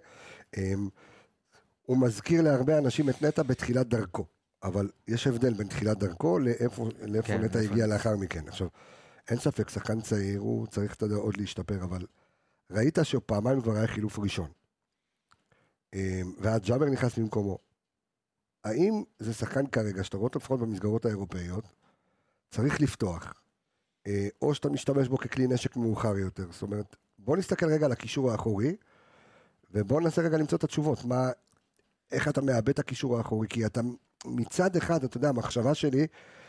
הוא מזכיר להרבה אנשים את נטע בתחילת דרכו. אבל יש הבדל בין תחילת דרכו לאיפה נטע הגיע לאחר מכן. עכשיו, אין ספק, שחקן צעיר, הוא צריך עוד להשתפר, אבל ראית שפעמיים כבר היה חילוף ראשון. ואז ג'אבר נכנס במקומו. האם זה שחקן כרגע, שאתה רואה אותו לפחות במסגרות האירופאיות, צריך לפתוח, או שאתה משתמש בו ככלי נשק מאוחר יותר? זאת אומרת, בוא נסתכל רגע על הקישור האחורי, ובוא ננסה רגע למצוא את התשובות. איך אתה מאבד את הקישור האחורי? כי אתה מצד אחד, אתה יודע, המחשבה שלי,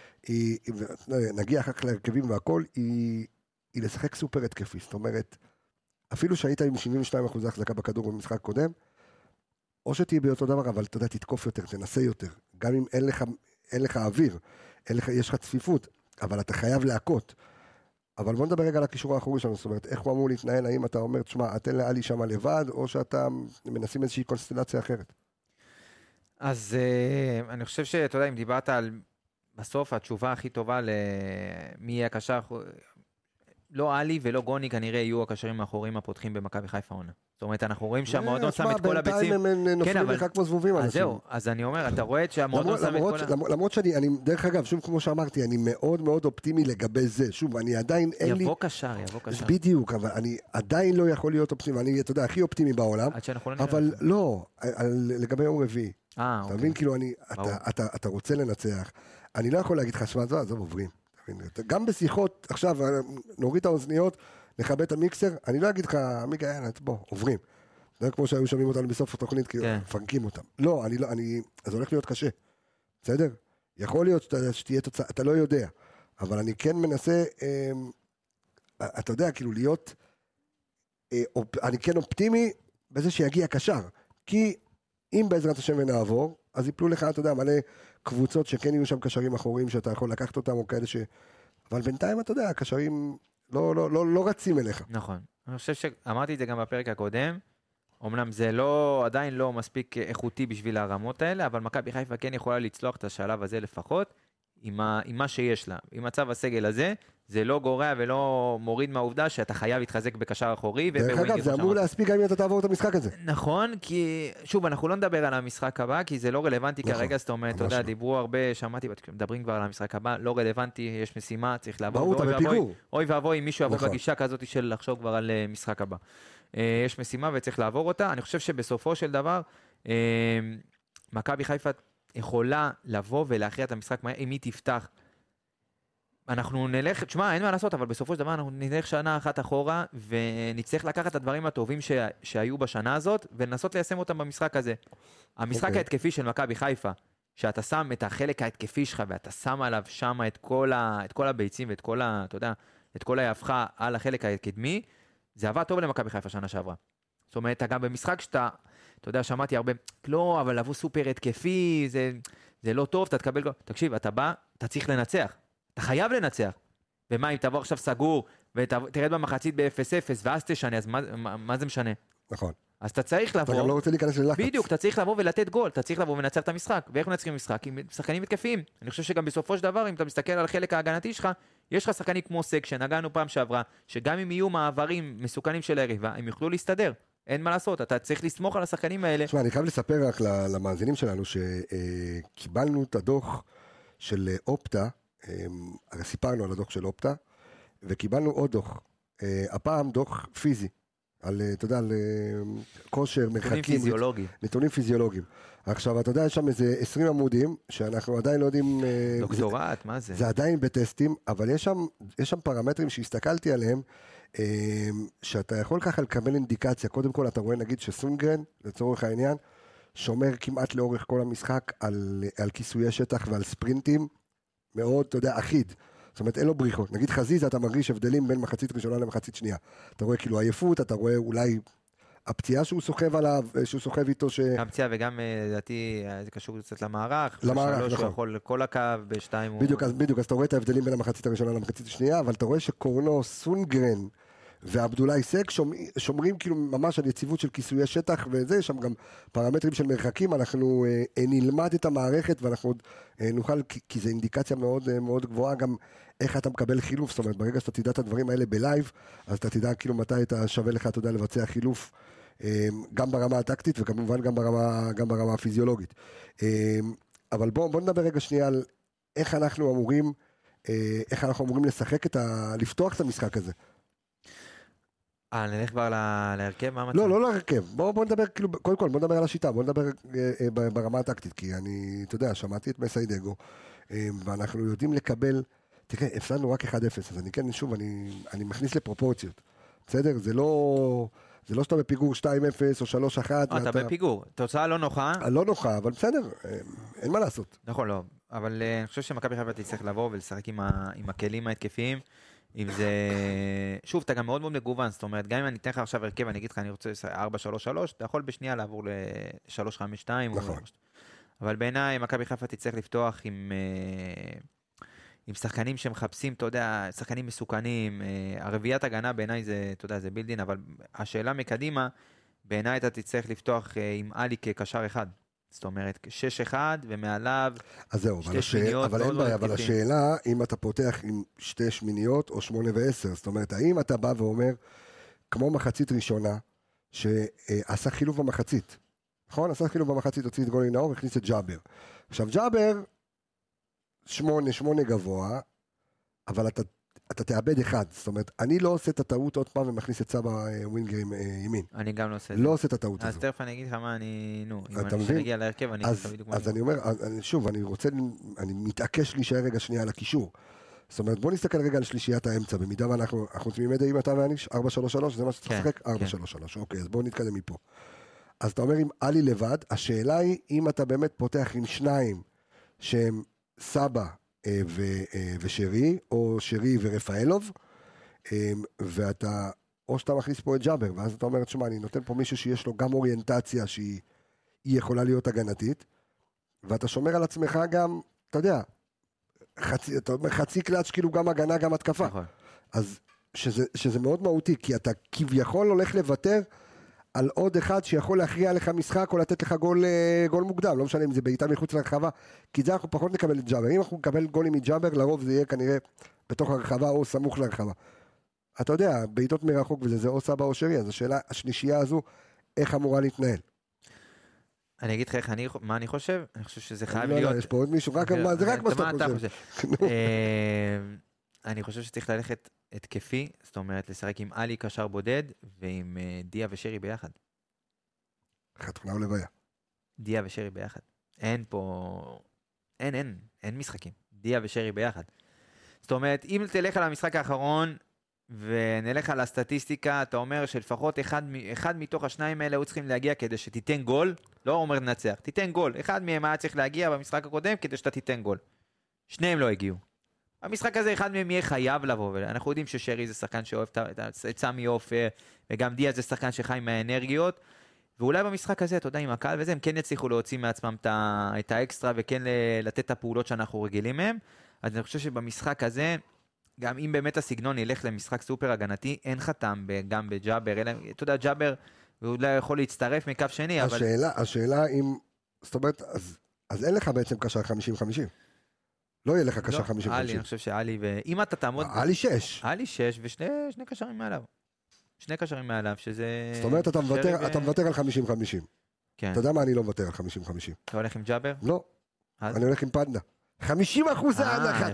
נגיע אחר כך להרכבים והכל, היא לשחק סופר התקפי. זאת אומרת, אפילו שהיית עם 72% החזקה בכדור במשחק קודם, או שתהיה באותו דבר, אבל אתה יודע, תתקוף יותר, תנסה יותר. גם אם אין לך אוויר, יש לך צפיפות, אבל אתה חייב להכות. אבל בוא נדבר רגע על הקישור האחורי שלנו, זאת אומרת, איך הוא אמור להתנהל, האם אתה אומר, תשמע, אתן לאלי שמה לבד, או שאתה מנסים איזושהי קונסטלציה אחרת?
אז אני חושב שאתה יודע, אם דיברת על בסוף, התשובה הכי טובה למי יהיה הקשר, לא אלי ולא גוני כנראה יהיו הקשרים האחוריים הפותחים במכבי חיפה עונה. זאת אומרת, אנחנו רואים שהמועדון שם את כל הביצים.
בינתיים הם נופלים לך כמו זבובים.
אז זהו, אז אני אומר, אתה רואה שהמועדון שם את כל...
למרות שאני, דרך אגב, שוב כמו שאמרתי, אני מאוד מאוד אופטימי לגבי זה. שוב, אני עדיין אין לי...
יבוא קשר.
בדיוק, אבל אני עדיין לא יכול להיות אופטימי. אני, אתה יודע, הכי אופטימי בעולם. אבל לא, לגבי יום רביעי. אתה מבין, כאילו, אתה רוצה לנצח. אני לא יכול להגיד לך, שמע, עזוב, עוברים. גם בשיחות, עכשיו, נוריד את האוזניות, נכבה את המיקסר, אני לא אגיד לך, מיגה, בוא, עוברים. זה כמו שהיו שומעים אותנו בסוף התוכנית, כאילו, פרקים אותם. לא, אז הולך להיות קשה. בסדר? יכול להיות שתהיה תוצאה, אתה לא יודע. אבל אני כן מנסה, אתה יודע, כאילו, להיות, אני כן אופטימי בזה שיגיע קשר. כי אם בעזרת השם ונעבור, אז יפלו לך, אתה יודע, מלא קבוצות שכן יהיו שם קשרים אחוריים שאתה יכול לקחת אותם, או כאלה אבל בינתיים, אתה יודע, הקשרים לא רצים אליך.
נכון. אני חושב שאמרתי את זה גם בפרק הקודם, אמנם זה עדיין לא מספיק איכותי בשביל הרמות האלה, אבל מכבי חיפה כן יכולה לצלוח את השלב הזה לפחות, עם מה שיש לה. עם מצב הסגל הזה, זה לא גורע ולא מוריד מהעובדה שאתה חייב להתחזק בקשר אחורי.
דרך אגב, זה אמור להספיק גם אם אתה תעבור את המשחק הזה.
נכון, כי שוב, אנחנו לא נדבר על המשחק הבא, כי זה לא רלוונטי כרגע, זאת אומרת, אתה יודע, דיברו הרבה, שמעתי, מדברים כבר על המשחק הבא, לא רלוונטי, יש משימה, צריך לעבור. אוי ואבוי, אם מישהו יבוא בגישה כזאת של לחשוב כבר על משחק הבא. יש משימה וצריך לעבור אותה. אני חושב שבסופו של דבר, מכבי חיפה יכולה לבוא ולהכריע את המשחק מהר, אם היא תפתח. אנחנו נלך, תשמע, אין מה לעשות, אבל בסופו של דבר אנחנו נלך שנה אחת אחורה, ונצטרך לקחת את הדברים הטובים שהיו בשנה הזאת, ולנסות ליישם אותם במשחק הזה. המשחק ההתקפי של מכבי חיפה, שאתה שם את החלק ההתקפי שלך, ואתה שם עליו שם את כל הביצים, ואת כל אתה יודע, את כל ההפכה על החלק הקדמי, זה עבד טוב למכבי חיפה שנה שעברה. זאת אומרת, אתה גם במשחק שאתה, אתה יודע, שמעתי הרבה, לא, אבל לבוא סופר התקפי, זה לא טוב, אתה תקבל, תקשיב, אתה בא, אתה צריך לנצח. אתה חייב לנצח. ומה, אם תבוא עכשיו סגור, ותרד במחצית ב-0-0, ואז תשנה, אז מה זה משנה?
נכון.
אז אתה צריך לבוא...
אתה גם לא רוצה להיכנס ללחץ.
בדיוק, אתה צריך לבוא ולתת גול, אתה צריך לבוא ולנצח את המשחק. ואיך מנצחים משחק? עם שחקנים מתקפיים. אני חושב שגם בסופו של דבר, אם אתה מסתכל על החלק ההגנתי שלך, יש לך שחקנים כמו סק, שנגענו פעם שעברה, שגם אם יהיו מעברים מסוכנים של היריבה, הם יוכלו להסתדר. אין מה לעשות, אתה צריך לסמוך על השחקנים האלה.
תשמע, אני חייב לספר רק למאזינים שלנו, שקיבלנו את הדוח של אופטה, הרי סיפרנו על הדוח של אופטה, וקיבלנו עוד דוח, הפעם דוח פיזי, אתה יודע, על כושר, מרחקים, נתונים פיזיולוגיים. עכשיו, אתה יודע, יש שם איזה 20 עמודים, שאנחנו עדיין לא יודעים...
דוקטורט, מה זה?
זה עדיין בטסטים, אבל יש שם פרמטרים שהסתכלתי עליהם, שאתה יכול ככה לקבל אינדיקציה. קודם כל, אתה רואה, נגיד, שסונגרן, לצורך העניין, שומר כמעט לאורך כל המשחק על כיסויי שטח ועל ספרינטים, מאוד, אתה יודע, אחיד. זאת אומרת, אין לו בריחות. נגיד חזיזה, אתה מרגיש הבדלים בין מחצית ראשונה למחצית שנייה. אתה רואה כאילו עייפות, אתה רואה אולי הפציעה שהוא סוחב עליו, שהוא סוחב איתו
גם פציעה וגם, לדעתי, זה קשור קצת למערך.
למערך, נכון.
שהוא יכול כל הקו בשתיים.
בדיוק, אז אתה רואה את ההבדלים בין המחצית הראשונה למחצית השנייה, אבל אתה רואה שקורנו, סונגרן ועבדולאי סק שומרים כאילו ממש על יציבות של כיסויי שטח, וזה, יש שם גם פרמטרים של מרחקים, אנחנו נלמד את המערכת, ואנחנו נוכל, כי זו אינדיקציה מאוד מאוד גבוהה, גם איך אתה מקבל חילוף, זאת אומרת, ברגע שאתה תדע את הדברים האלה בלייב, אז אתה תדע כאילו מתי אתה שווה לך, אתה יודע, לבצע חילוף, גם ברמה הטקטית, וכמובן גם ברמה הפיזיולוגית. אבל בוא נדבר רגע שנייה על איך אנחנו אמורים איך אנחנו אמורים לשחק לפתוח את המשחק הזה.
נלך כבר להרכב, מה המצב?
לא להרכב, בוא נדבר, כאילו, קודם כל, בוא נדבר על השיטה, בוא נדבר ברמה הטקטית, כי אני, אתה יודע, שמעתי את מסיידגו, ואנחנו יודעים לקבל, תראה, הפסדנו רק 1-0, אז אני כן, שוב, אני מכניס לפרופורציות, בסדר? זה לא שאתה בפיגור 2-0 או 3-1.
אתה בפיגור, תוצאה לא נוחה.
לא נוחה, אבל בסדר, אין מה לעשות.
נכון, לא, אבל אני חושב שמכבי חיפה תצטרך לבוא ולשחק עם הכלים ההתקפיים, אם זה, שוב, אתה גם מאוד מאוד מגוון, זאת אומרת, גם אם אני אתן לך עכשיו הרכב, אני אגיד לך, אני רוצה 4-3-3, אתה יכול בשנייה לעבור ל-3-5-2,
נכון.
אבל בעיניי, מכבי חיפה תצטרך לפתוח עם שחקנים שמחפשים, אתה יודע, שחקנים מסוכנים, הרביעיית הגנה בעיניי זה, אתה יודע, זה בילדין, אבל השאלה מקדימה, בעיניי אתה תצטרך לפתוח עם אלי כקשר אחד. זאת אומרת, 6-1 ומעליו
אז זהו,
שתי שמיניות.
אבל אין בעיה, אבל השאלה, אם אתה פותח עם 2 שמיניות או 8 ו-10, זאת אומרת, האם אתה בא ואומר, כמו מחצית ראשונה, שעשה חילוף במחצית, נכון? עשה חילוף במחצית, הוציא את גולי נאור, הכניס את ג'אבר. עכשיו, ג'אבר, 8 גבוה, אבל אתה תאבד אחד, זאת אומרת, אני לא עושה את הטעות עוד פעם ומכניס את סבא ווינגר עם ימין.
אני גם לא עושה את זה.
לא עושה את הטעות הזו.
אז תכף אני אגיד לך מה אני, אם אני שנגיע להרכב, אני אגיד בדיוק מה
אז אני אומר, שוב, אני מתעקש להישאר רגע שנייה על הקישור. זאת אומרת, בוא נסתכל רגע על שלישיית האמצע, במידה ואנחנו תמימי אם אתה ואני, 4-3-3, זה מה שצריך לשחק? 4-3-3, אוקיי, אז בואו נתקדם מפה. אז אתה אומר, עם אלי לבד, השאלה היא, אם אתה באמת פותח עם שניים, שהם סבא ושרי, או שרי ורפאלוב, ואתה, או שאתה מכניס פה את ג'אבר, ואז אתה אומר, תשמע, אני נותן פה מישהו שיש לו גם אוריינטציה, שהיא יכולה להיות הגנתית, ואתה שומר על עצמך גם, אתה יודע, חצי קלאץ' כאילו גם הגנה, גם התקפה. אז שזה מאוד מהותי, כי אתה כביכול הולך לוותר על עוד אחד שיכול להכריע לך משחק או לתת לך גול מוקדם, לא משנה אם זה בעיטה מחוץ לרחבה, כי זה אנחנו פחות נקבל את ג'אבר. אם אנחנו נקבל גולים מג'אבר, לרוב זה יהיה כנראה בתוך הרחבה או סמוך לרחבה. אתה יודע, בעיטות מרחוק וזה או סבא או שרי, אז השאלה השלישייה הזו, איך אמורה להתנהל?
אני אגיד לך מה אני חושב, אני חושב שזה חייב להיות...
לא, יש פה עוד מישהו, זה רק מה שאתה חושב.
אני חושב שצריך ללכת התקפי, זאת אומרת, לשחק עם אלי קשר בודד, ועם דיה ושרי ביחד.
חתונה או לוויה?
דיה ושרי ביחד. אין פה... אין משחקים. דיה ושרי ביחד. זאת אומרת, אם תלך על המשחק האחרון, ונלך על הסטטיסטיקה, אתה אומר שלפחות אחד מתוך השניים האלה הוא צריכים להגיע כדי שתיתן גול, לא אומר נצח, תיתן גול. אחד מהם היה צריך להגיע במשחק הקודם כדי שאתה תיתן גול. שניהם לא הגיעו. המשחק הזה, אחד מהם יהיה חייב לבוא, ואנחנו יודעים ששרי זה שחקן שאוהב את סמי עופר, וגם דיה זה שחקן שחי עם האנרגיות, ואולי במשחק הזה, אתה יודע, עם הקהל וזה, הם כן יצליחו להוציא מעצמם את האקסטרה, וכן לתת את הפעולות שאנחנו רגילים מהם. אז אני חושב שבמשחק הזה, גם אם באמת הסגנון ילך למשחק סופר הגנתי, אין חתם גם בג'אבר, אלא, אתה יודע, ג'אבר, ואולי יכול להצטרף מקו שני, אבל...
השאלה אם, זאת אומרת, אז אין לך בעצם קשר 50-50. לא יהיה לך קשר 50-50.
אלי, אני חושב שאלי, ואם אתה תעמוד...
אלי 6.
אלי 6 ושני קשרים מעליו. שני קשרים מעליו, שזה...
זאת אומרת, אתה מוותר על 50-50.
כן.
אתה יודע מה אני לא מוותר על 50-50?
אתה הולך עם ג'אבר?
לא. אני הולך עם פנדה. 50% ההנחה,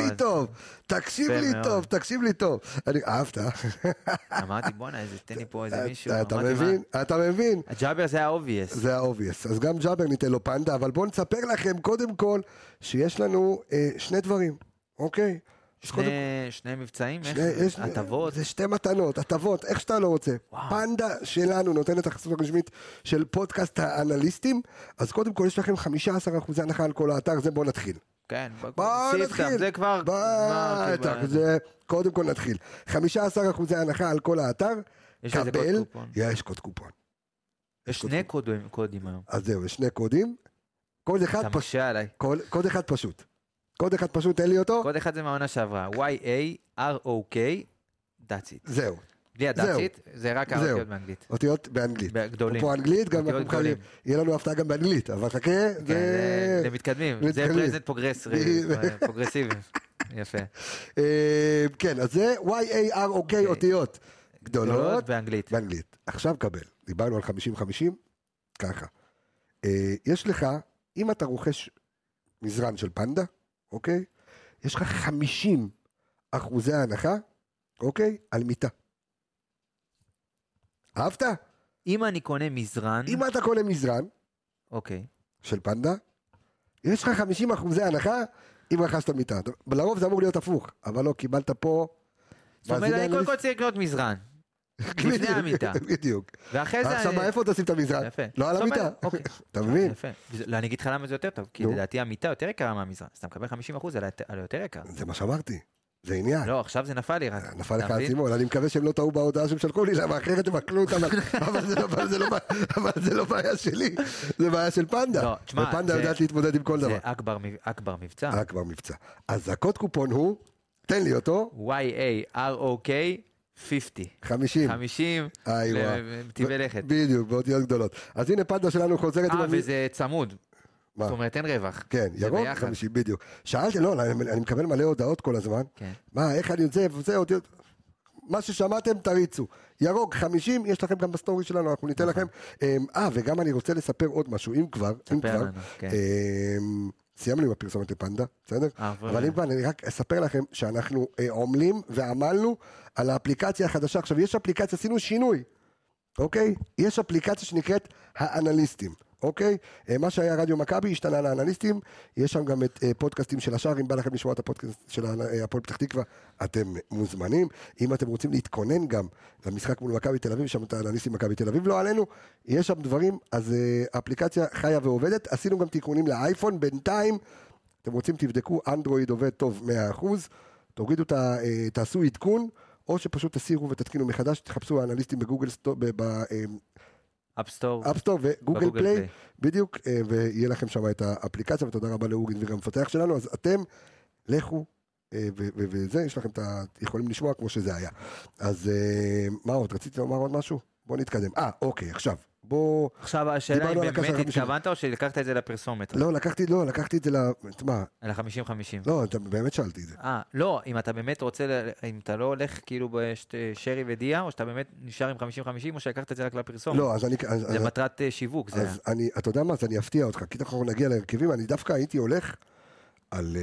תקשיב לי טוב. אהבת?
אמרתי, בוא'נה, תן לי פה איזה מישהו.
אתה מבין?
הג'אבר זה האובייס.
זה האובייס. אז גם ג'אבר ניתן לו פנדה, אבל בואו נספר לכם קודם כל, שיש לנו שני דברים, אוקיי?
שני מבצעים? הטבות?
זה שתי מתנות, הטבות, איך שאתה לא רוצה. פנדה שלנו נותנת החסות הרשמית של פודקאסט האנליסטים, אז קודם כל יש לכם 15% הנחה על כל האתר, זה בואו נתחיל.
כן,
בואו נתחיל.
זה כבר...
קודם כל נתחיל. 15% הנחה על כל האתר,
יש איזה קוד קופון.
יש קוד קופון.
יש שני קודים היום.
אז זהו, יש שני קודים. קוד אחד פשוט. קוד אחד פשוט, תן לי אותו.
קוד אחד זה מהעונה שעברה. YAROK, that's it.
זהו.
בלי הדאצית, זה רק האותיות באנגלית.
אותיות באנגלית.
גדולים.
פה אנגלית, גם אנחנו חייבים. יהיה לנו הפתעה גם באנגלית, אבל חכה.
זה מתקדמים. זה פרזנט פרוגרסיבי. יפה.
כן, אז זה YAROK, אותיות גדולות.
באנגלית.
באנגלית. עכשיו קבל. דיברנו על 50-50, ככה. יש לך, אם אתה רוכש מזרן של פנדה, אוקיי? יש לך 50% הנחה, אוקיי? על מיטה. אהבת?
אם אני קונה מזרן...
אם אתה קונה מזרן,
אוקיי.
של פנדה, יש לך 50% הנחה אם רכשת מיטה. לרוב זה אמור להיות הפוך, אבל לא, קיבלת פה...
זאת אומרת, אני קודם כל צריך לקנות מזרן. לפני המיטה.
בדיוק.
ואחרי זה...
עכשיו, איפה תשים את המזרן?
יפה.
לא על המיטה. אתה מבין?
יפה. לא, אני אגיד לך למה זה יותר טוב, כי לדעתי המיטה יותר יקרה מהמזרן. אז אתה מקבל 50% על יותר יקר.
זה מה שאמרתי. זה עניין.
לא, עכשיו זה נפל לי רק.
נפל לך הסימון, אני מקווה שהם לא טעו בהודעה שהם שלחו לי, למה אחרת הם עקלו אותם, אבל זה לא בעיה שלי, זה בעיה של פנדה.
לא, תשמע,
ופנדה יודעת להתמודד עם כל דבר.
זה אכבר מבצע.
אכבר מבצע. אז הקוד קופון הוא, תן לי אותו.
YAROK 50.
50.
טבעי לכת.
בדיוק, באותיות גדולות. אז הנה פנדה שלנו חוזרת.
וזה צמוד. זאת אומרת, אין רווח.
כן, ירוק 50, בדיוק. שאלתי, לא, אני מקבל מלא הודעות כל הזמן. מה, איך אני יוצא, וזה אותיות... מה ששמעתם, תריצו. ירוק 50, יש לכם גם בסטורי שלנו, אנחנו ניתן לכם. וגם אני רוצה לספר עוד משהו, אם כבר. סיימנו עם הפרסומת לפנדה, בסדר? אבל אם כבר, אני רק אספר לכם שאנחנו עומלים ועמלנו על האפליקציה החדשה. עכשיו, יש אפליקציה, עשינו שינוי, אוקיי? יש אפליקציה שנקראת האנליסטים. אוקיי? מה שהיה רדיו מכבי השתנה לאנליסטים, יש שם גם את פודקאסטים של השאר, אם בא לכם לשמוע את הפודקאסט של הפועל פתח תקווה, אתם מוזמנים, אם אתם רוצים להתכונן גם למשחק מול מכבי תל אביב, שם את האנליסטים מכבי תל אביב, לא עלינו, יש שם דברים, אז האפליקציה חיה ועובדת, עשינו גם תיקונים לאייפון, בינתיים, אתם רוצים תבדקו, אנדרואיד עובד טוב 100%, תורידו, תעשו עדכון, או שפשוט תסירו ותתקינו מחדש, תחפשו האנליסטים בגוגל סטור,
אפסטור
וגוגל פליי, בדיוק, ויהיה לכם שם את האפליקציה, ותודה רבה לאורי דביר המפתח שלנו, אז אתם לכו, וזה, יש לכם יכולים לשמוע כמו שזה היה. אז מה עוד? רציתי לומר עוד משהו? בואו נתקדם. אוקיי, עכשיו, בוא...
עכשיו השאלה אם באמת התכוונת או שלקחת את זה לפרסומת?
לא, לקחתי את זה מה?
על ה-50-50.
לא, אתה באמת שאלתי את זה.
לא, אם אתה באמת רוצה, אם אתה לא הולך כאילו בשרי ודיה, או שאתה באמת נשאר עם 50-50, או שלקחת את זה רק לפרסומת.
לא, אז אני...
זה מטרת שיווק.
אז אתה יודע מה? אז אני אפתיע אותך, כי אנחנו נגיע להרכבים, אני דווקא הייתי הולך על...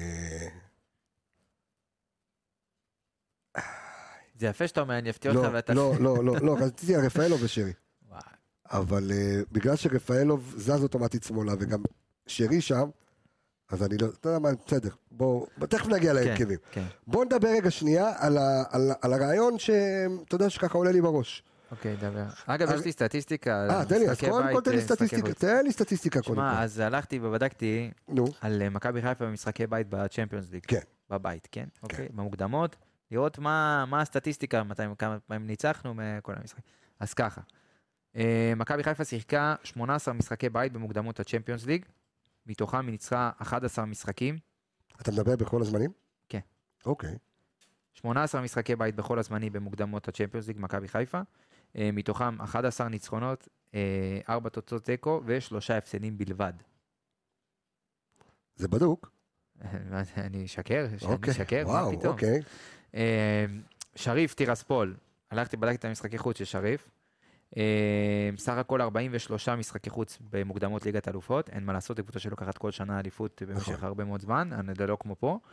זה יפה שאתה אומר, אני אפתיע אותך ואתה...
לא, רציתי רפאלוב ושרי. אבל בגלל שרפאלוב זז אוטומטית שמאלה, וגם שרי שם, אז אני לא, אתה יודע מה, בסדר, בואו, תכף נגיע להרכבים. בואו נדבר רגע שנייה על הרעיון שאתה יודע שככה עולה לי בראש.
אוקיי, דבר. אגב, יש לי סטטיסטיקה.
תן לי, אז קודם כל תן לי סטטיסטיקה קודם כל.
שמע, אז הלכתי ובדקתי על מכבי חיפה במשחקי בית בצ'מפיונס ליג.
כן.
בבית, כן? אוקיי, במוקדמות, לראות מה הסטטיסטיקה, כמה פעמים ניצחנו מכל המשחק. אז ככה. מכבי חיפה שיחקה 18 משחקי בית במוקדמות הצ'מפיונס ליג, מתוכם היא ניצחה 11 משחקים.
אתה מדבר בכל הזמנים?
כן.
אוקיי.
18 משחקי בית בכל הזמנים במוקדמות הצ'מפיונס ליג, מכבי חיפה, מתוכם 11 ניצחונות, 4 תוצאות תיקו ו3 הפסדים בלבד.
זה בדוק.
אני שקר,
וואו,
מה פתאום?
אוקיי.
שריף טירספול, הלכתי בדקתי את המשחקי חוץ של שריף, סך הכל 43 משחקי חוץ במוקדמות ליגת אלופות, אין מה לעשות, הקבוצה שלוקחת כל שנה אליפות במשך הרבה מאוד זמן, אני לא כמו פה,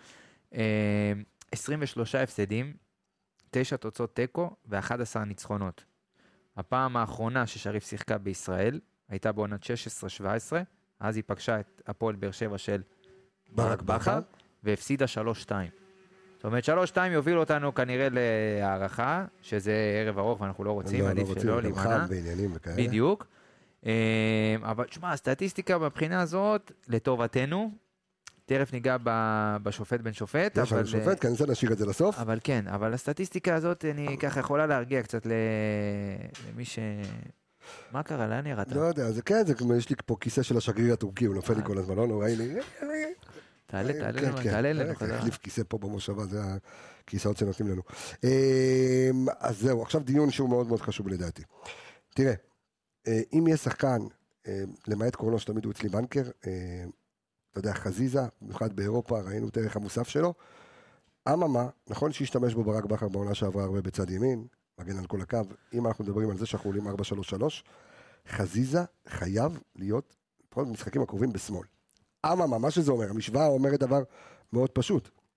23 הפסדים, 9 תוצאות תיקו ו11 ניצחונות. הפעם האחרונה ששריף שיחקה בישראל, הייתה בעונת 16-17, אז היא פגשה את הפועל באר שבע של ברק בכר, והפסידה 3-2. זאת אומרת, 3-2 יוביל אותנו כנראה להערכה, שזה ערב ארוך ואנחנו לא רוצים, עדיף שלא להימנע. בדיוק. אבל תשמע, הסטטיסטיקה מבחינה הזאת, לטובתנו, תכף ניגע בשופט בן שופט.
יש לנו שופט, כי אני רוצה להשאיר את זה לסוף.
אבל כן, אבל הסטטיסטיקה הזאת, אני ככה יכולה להרגיע קצת למי ש... מה קרה? לאן ירדת?
לא יודע, זה כן, יש לי פה כיסא של השגריר הטורקי, הוא נופל לי כל הזמן, לא נוראי לי.
תעלה לנו.
החליף כיסא פה במושבה, זה הכיסאות שנותנים לנו. אז זהו, עכשיו דיון שהוא מאוד מאוד חשוב לדעתי. תראה, אם יש שחקן, למעט קורנו שתמיד הוא אצלי בנקר, אתה יודע, חזיזה, במיוחד באירופה, ראינו את הערך המוסף שלו, אממה, נכון שהשתמש בו ברק בכר בעונה שעברה הרבה בצד ימין, מגן על כל הקו, אם אנחנו מדברים על זה שאנחנו עולים 4-3-3, חזיזה חייב להיות, בכל המשחקים הקרובים בשמאל. אממה, מה שזה אומר, המשוואה אומרת דבר מאוד פשוט.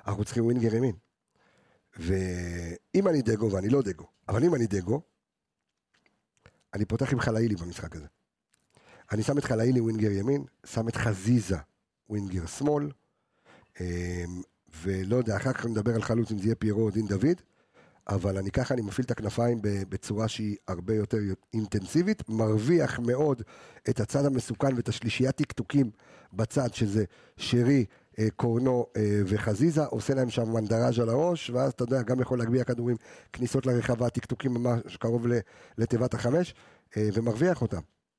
אנחנו צריכים ווינגר ימין. ואם אני דגו, ואני לא דגו, אבל אם אני דגו, אני פותח עם חלאילי במשחק הזה. אני שם את חלאילי ווינגר ימין, שם את חזיזה ווינגר שמאל, ולא יודע, אחר כך נדבר על חלוץ אם זה יהיה פיירו או דין דוד, אבל אני מפעיל את הכנפיים בצורה שהיא הרבה יותר אינטנסיבית, מרוויח מאוד את הצד המסוכן ואת השלישיית טקטוקים בצד, שזה שרי, קורנו וחזיזה, עושה להם שם מנדראז' על הראש, ואז אתה יודע, גם יכול להגביע כדורים, כניסות לרחבה, טקטוקים ממש קרוב לתיבת החמש, ומרוויח אותם.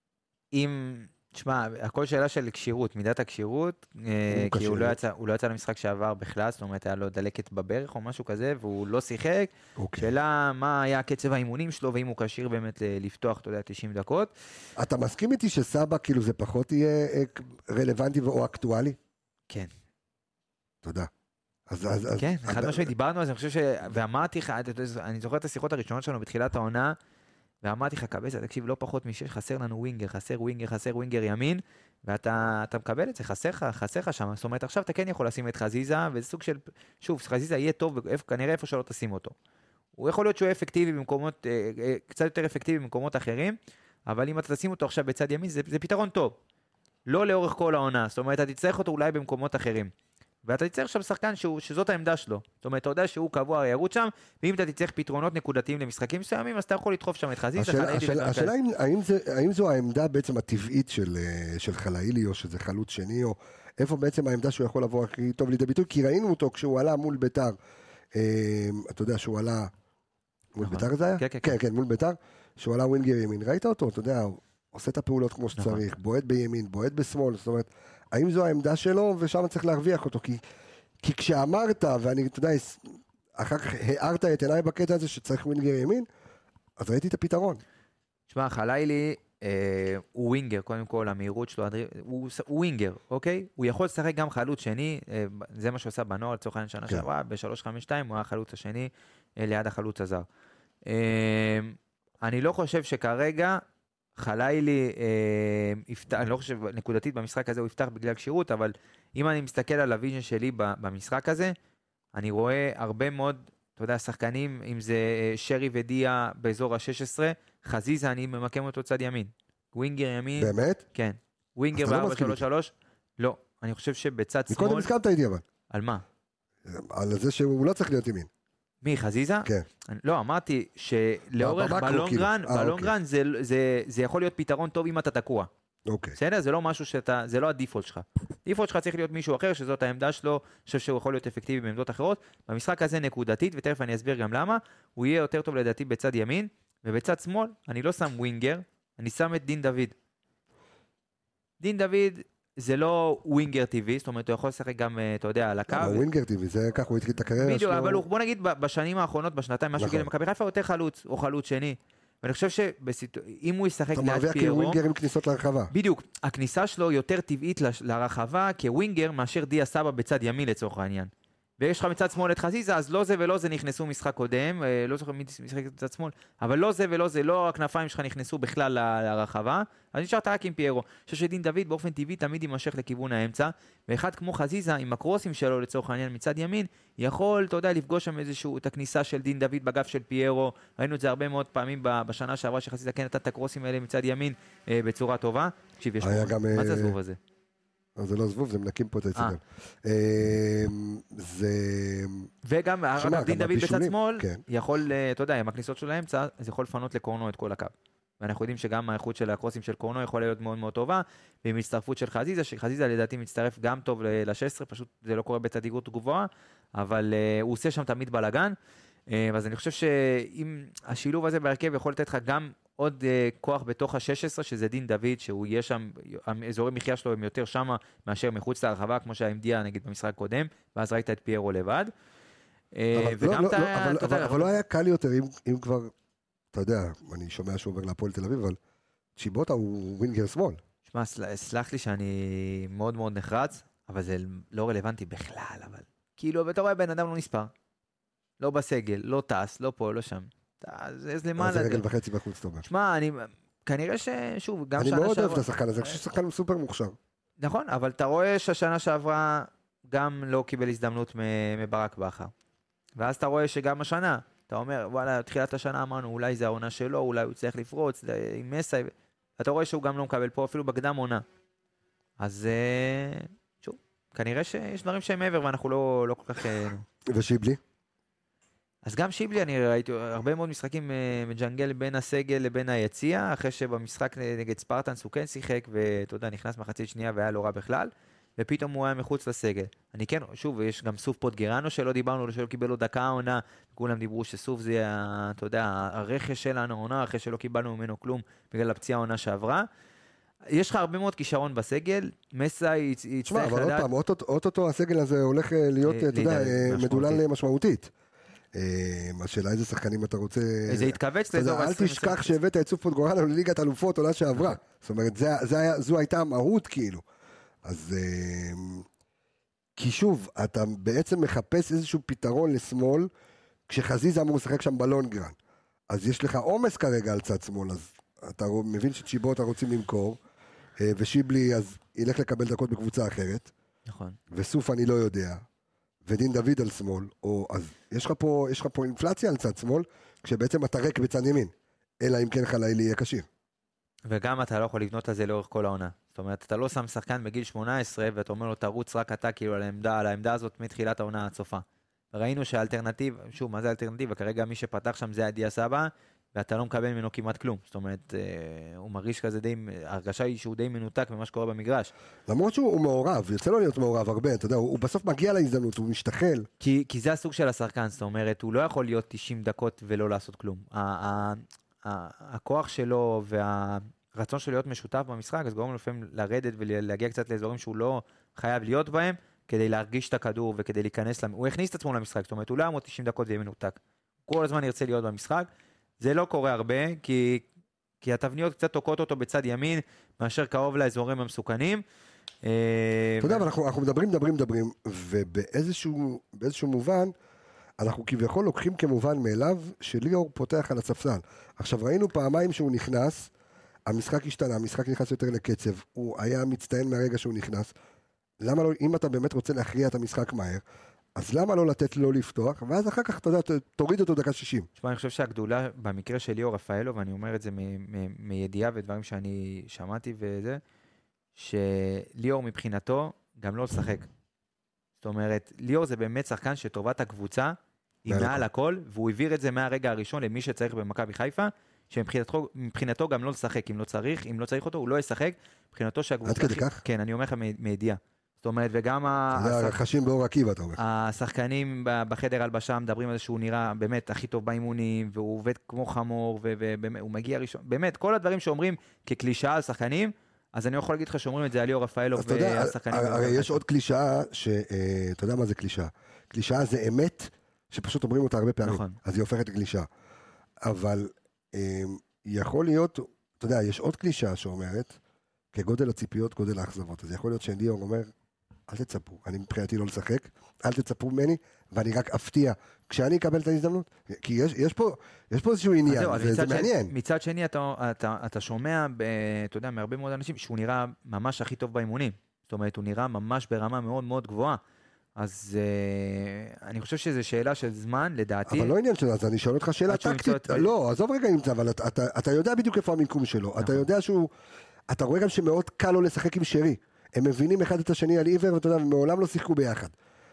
תשמע, הכל שאלה של קשירות, מידת הקשירות, כי הוא לא יצא למשחק שעבר בכלל, זאת אומרת, היה לו דלקת בברך או משהו כזה, והוא לא שיחק. שאלה מה היה קצב האימונים שלו, ואם הוא קשיר באמת לפתוח, אתה יודע, 90 דקות.
אתה מסכים איתי שסבא, כאילו זה פחות יהיה רלוונטי או אקטואלי?
כן.
תודה.
כן, אחד משהו דיברנו על זה, אני חושב ואמרתי לך, אני זוכר את השיחות הראשונות שלנו בתחילת העונה, ואמרתי לך, קבסה, תקשיב, לא פחות משש, חסר לנו ווינגר, חסר ווינגר ימין, ואתה מקבל את זה, חסר לך שם. זאת אומרת, עכשיו אתה כן יכול לשים את חזיזה, וזה סוג של, שוב, חזיזה יהיה טוב, כנראה איפה שלא תשים אותו. הוא יכול להיות שהוא אפקטיבי במקומות, קצת יותר אפקטיבי במקומות אחרים, אבל אם אתה תשים אותו עכשיו בצד ימין, זה פתרון טוב. לא לאורך כל העונה, זאת אומרת, אתה תצטרך אותו אולי במקומות אחרים. ואתה תצטרך שם שחקן שזאת העמדה שלו. זאת אומרת, אתה יודע שהוא קבוע ירוץ שם, ואם אתה תצטרך פתרונות נקודתיים למשחקים מסוימים, אז אתה יכול לדחוף שם את חזיזה.
השאלה האם זו העמדה בעצם הטבעית של חלאילי, או שזה חלוץ שני, או איפה בעצם העמדה שהוא יכול לבוא הכי טוב לידי ביטוי, כי ראינו אותו כשהוא עלה מול ביתר, אתה יודע שהוא עלה, מול ביתר זה היה? כן, מול ביתר, שהוא עלה ווינגר ימין, ראית אותו, אתה יודע, עושה את הפעולות כמו שצריך, בועט בימין, בועט בשמאל, זאת אומרת, האם זו העמדה שלו, ושם צריך להרוויח אותו, כי כשאמרת, ואני, אתה יודע, אחר כך הערת את עיניי בקטע הזה שצריך ווינגר ימין, אז ראיתי את הפתרון.
תשמע, חלאילי הוא ווינגר, קודם כל, המהירות שלו, הוא ווינגר, אוקיי? הוא יכול לשחק גם חלוץ שני, זה מה שעושה בנוער, לצורך העניין שנה שעברה, ב-352, הוא היה החלוץ השני ליד החלוץ הזר. אני לא חושב שכרגע חלאילי, אני לא חושב, נקודתית במשחק הזה הוא יפתח בגלל קשירות, אבל אם אני מסתכל על הוויז'ן שלי במשחק הזה, אני רואה הרבה מאוד, אתה יודע, שחקנים, אם זה שרי ודיה באזור ה-16, חזיזה אני ממקם אותו צד ימין. ווינגר ימין.
באמת?
כן. ווינגר ב-4-3-3? לא. אני חושב שבצד שמאל...
מקודם הסכמת איתי אבל.
על מה?
על זה שהוא לא צריך להיות ימין.
מי, חזיזה?
כן.
לא, אמרתי שלאורך בלונגרן זה יכול להיות פתרון טוב אם אתה תקוע.
אוקיי.
בסדר? זה לא משהו זה לא הדיפולט שלך. הדיפולט שלך צריך להיות מישהו אחר, שזאת העמדה שלו, חושב שהוא יכול להיות אפקטיבי בעמדות אחרות. במשחק הזה נקודתית, ותכף אני אסביר גם למה, הוא יהיה יותר טוב לדעתי בצד ימין, ובצד שמאל אני לא שם ווינגר, אני שם את דין דוד. דין דוד זה לא ווינגר טבעי, זאת אומרת, הוא יכול לשחק גם, אתה יודע, על הקו.
ווינגר טבעי, זה ככה הוא התחיל את הקריירה שלו.
אבל בוא נגיד, בשנים האחרונות, בשנתיים, משהו כאילו, מכבי חיפה יותר חלוץ, או חלוץ שני. ואני חושב שאם הוא ישחק ליד פיירו... אתה מרוויח
כווינגר עם כניסות לרחבה.
בדיוק, הכניסה שלו יותר טבעית לרחבה כווינגר מאשר דיה סבא בצד ימין לצורך העניין. ויש לך מצד שמאל את חזיזה, אז לא זה ולא זה נכנסו משחק קודם, לא זוכר מי משחק בצד שמאל, אבל לא זה ולא זה, לא הכנפיים שלך נכנסו בכלל לרחבה, אז נשארת רק עם פיירו. אני חושב שדין דוד באופן טבעי תמיד יימשך לכיוון האמצע, ואחד כמו חזיזה עם הקרוסים שלו לצורך העניין מצד ימין, יכול, אתה יודע, לפגוש שם איזשהו, את הכניסה של דין דוד בגף של פיירו, ראינו את זה הרבה מאוד פעמים בשנה שעברה שחזיזה כן נתן את הקרוסים האלה מצד ימין בצורה טובה. תקשיב, יש מה זה הזבוב הזה?
זה לא זבוב, זה מנקים פה את היצדן.
וגם דין דוד בצד שמאל, יכול, אתה יודע, עם הכניסות שלו לאמצע, זה יכול לפנות לקורנו את כל הקו. ואנחנו יודעים שגם האיכות של הקרוסים של קורנו יכול להיות מאוד מאוד טובה, ועם הצטרפות של חזיזה, שחזיזה לדעתי מצטרף גם טוב ל-16, פשוט זה לא קורה בתדירות גבוהה, אבל הוא עושה שם תמיד בלגן, אז אני חושב שאם השילוב הזה בהרכב יכול לתת לך גם עוד כוח בתוך ה-16, שזה דין דוד, שהוא יהיה שם, אזורי מחיה שלו הם יותר שמה, מאשר מחוץ להרחבה, כמו שהיה עם דיה, נגיד, במשחק קודם, ואז ראית את פיירו לבד.
אבל לא היה קל יותר, אם כבר, אתה יודע, אני שומע שהוא עובר להפועל תל אביב, אבל צ'יבוטה הוא ווינגר שמאל.
שמע, סלח לי שאני מאוד מאוד נחרץ, אבל זה לא רלוונטי בכלל, אבל כאילו, ואתה רואה בן אדם לא נספר. לא בסגל, לא טס, לא פה, לא שם. אז למעלה...
זה רגל וחצי בחוץ, אתה אומר.
שמע, כנראה ששוב, גם
שנה שעברה... אני מאוד אוהב את השחקן הזה, אני חושב ששחקן סופר מוכשר.
נכון, אבל אתה רואה שהשנה שעברה גם לא קיבל הזדמנות מברק בכר. ואז אתה רואה שגם השנה, אתה אומר, וואלה, תחילת השנה אמרנו, אולי זה העונה שלו, אולי הוא צריך לפרוץ, עם מסי, אתה רואה שהוא גם לא מקבל פה, אפילו בקדם עונה. אז שוב, כנראה שיש דברים שהם מעבר, ואנחנו לא כל כך...
ושיבלי?
אז גם שיבלי, אני ראיתי הרבה מאוד משחקים מג'נגל בין הסגל לבין היציאה, אחרי שבמשחק נגד ספרטנס הוא כן שיחק, ואתה יודע, נכנס מחצית שנייה והיה לא רע בכלל, ופתאום הוא היה מחוץ לסגל. אני כן, שוב, יש גם סוף פוטגרנו שלא דיברנו, שלא קיבל לו דקה העונה, כולם דיברו שסוף זה, אתה יודע, הרכש שלנו העונה, אחרי שלא קיבלנו ממנו כלום, בגלל הפציעה העונה שעברה. יש לך הרבה מאוד כישרון בסגל, מסי יצטרך לדעת...
אבל עוד פעם, אוטוטו הסגל הזה הולך להיות, אתה יודע, מדולל משמעותית. השאלה איזה שחקנים אתה רוצה...
זה התכווץ לאזור...
אל תשכח שהבאת את סוף פוטגרנו לליגת אלופות עונה שעברה. זאת אומרת, זו הייתה המהות כאילו. אז... כי שוב, אתה בעצם מחפש איזשהו פתרון לשמאל, כשחזיזה אמור לשחק שם בלונגרן. אז יש לך עומס כרגע על צד שמאל, אז אתה מבין שצ'יבו אתה רוצים למכור, ושיבלי אז ילך לקבל דקות בקבוצה אחרת.
נכון.
וסוף אני לא יודע. ודין דוד על שמאל, אז יש לך פה אינפלציה על צד שמאל, כשבעצם אתה ריק בצד ימין, אלא אם כן חלילי יהיה קשיר.
וגם אתה לא יכול לבנות על זה לאורך כל העונה. זאת אומרת, אתה לא שם שחקן בגיל 18, ואתה אומר לו, תרוץ רק אתה כאילו על העמדה הזאת מתחילת העונה עד סופה. ראינו שהאלטרנטיב, שוב, מה זה האלטרנטיב? כרגע מי שפתח שם זה עדיה סבא, ואתה לא מקבל ממנו כמעט כלום. זאת אומרת, הוא מרגיש כזה הרגשה היא שהוא די מנותק ממה שקורה במגרש.
למרות שהוא מעורב, יוצא לו להיות מעורב הרבה, אתה יודע, הוא בסוף מגיע להזדמנות, הוא משתחל.
כי זה הסוג של השחקן, זאת אומרת, הוא לא יכול להיות 90 דקות ולא לעשות כלום. הכוח שלו והרצון שלו להיות משותף במשחק, אז גורם לפעמים לרדת ולהגיע קצת לאזורים שהוא לא חייב להיות בהם, כדי להרגיש את הכדור וכדי להיכנס הוא הכניס את עצמו למשחק, זאת אומרת, הוא לא יעמוד 90 דקות ויהיה מנותק. כל הזמן ירצה להיות במשחק. זה לא קורה הרבה, כי התבניות קצת תוקעות אותו בצד ימין, מאשר קרוב לאזורים המסוכנים.
אתה יודע, אנחנו מדברים, ובאיזשהו מובן, אנחנו כביכול לוקחים כמובן מאליו, שליאור פותח על הספסל. עכשיו, ראינו פעמיים שהוא נכנס, המשחק השתנה, המשחק נכנס יותר לקצב, הוא היה מצטיין מהרגע שהוא נכנס. למה לא, אם אתה באמת רוצה להכריע את המשחק מהר, אז למה לא לתת לו לפתוח, ואז אחר כך, אתה יודע, תוריד אותו דקה 60.
תשמע, אני חושב שהגדולה, במקרה של ליאור רפאלוב, ואני אומר את זה מידיעה ודברים שאני שמעתי וזה, שליאור מבחינתו גם לא לשחק. זאת אומרת, ליאור זה באמת שחקן שטובת הקבוצה, היא מעל הכל, והוא העביר את זה מהרגע הראשון למי שצריך במכבי חיפה, שמבחינתו גם לא לשחק, אם לא צריך אותו, הוא לא ישחק, מבחינתו שהקבוצה...
עד כדי כך?
כן, אני אומר לך מידיעה. זאת אומרת, וגם
זה הרכשים באור עקיבא, אתה אומר.
השחקנים בחדר הלבשה מדברים על זה שהוא נראה באמת הכי טוב באימונים, והוא עובד כמו חמור, והוא מגיע ראשון. באמת, כל הדברים שאומרים כקלישאה על שחקנים, אז אני יכול להגיד לך שאומרים את זה על ליאור רפאלוב והשחקנים.
הרי יש עוד קלישאה, אתה יודע מה זה קלישאה? קלישאה זה אמת, שפשוט אומרים אותה הרבה פעמים. אז היא הופכת לקלישאה. אבל יכול להיות, אתה יודע, יש עוד קלישאה שאומרת, כגודל הציפיות, גודל האכזבות. אז יכול להיות שליאור אומר, אל תצפו, אני מבחינתי לא לשחק, אל תצפו ממני, ואני רק אפתיע כשאני אקבל את ההזדמנות, כי יש פה איזשהו עניין, זה מעניין.
מצד שני, אתה שומע, אתה יודע, מהרבה מאוד אנשים, שהוא נראה ממש הכי טוב באימונים, זאת אומרת, הוא נראה ממש ברמה מאוד מאוד גבוהה, אז אני חושב שזו שאלה של זמן, לדעתי.
אבל לא עניין שלו, אז אני שואל אותך שאלה טקטית, לא, עזוב רגע עם זה, אבל אתה יודע בדיוק איפה המיקום שלו, אתה יודע שהוא, אתה רואה גם שמאוד קל לו לשחק עם שרי, הם מבינים אחד את השני על עיוור, ואתה יודע, מעולם לא שיחקו ביחד.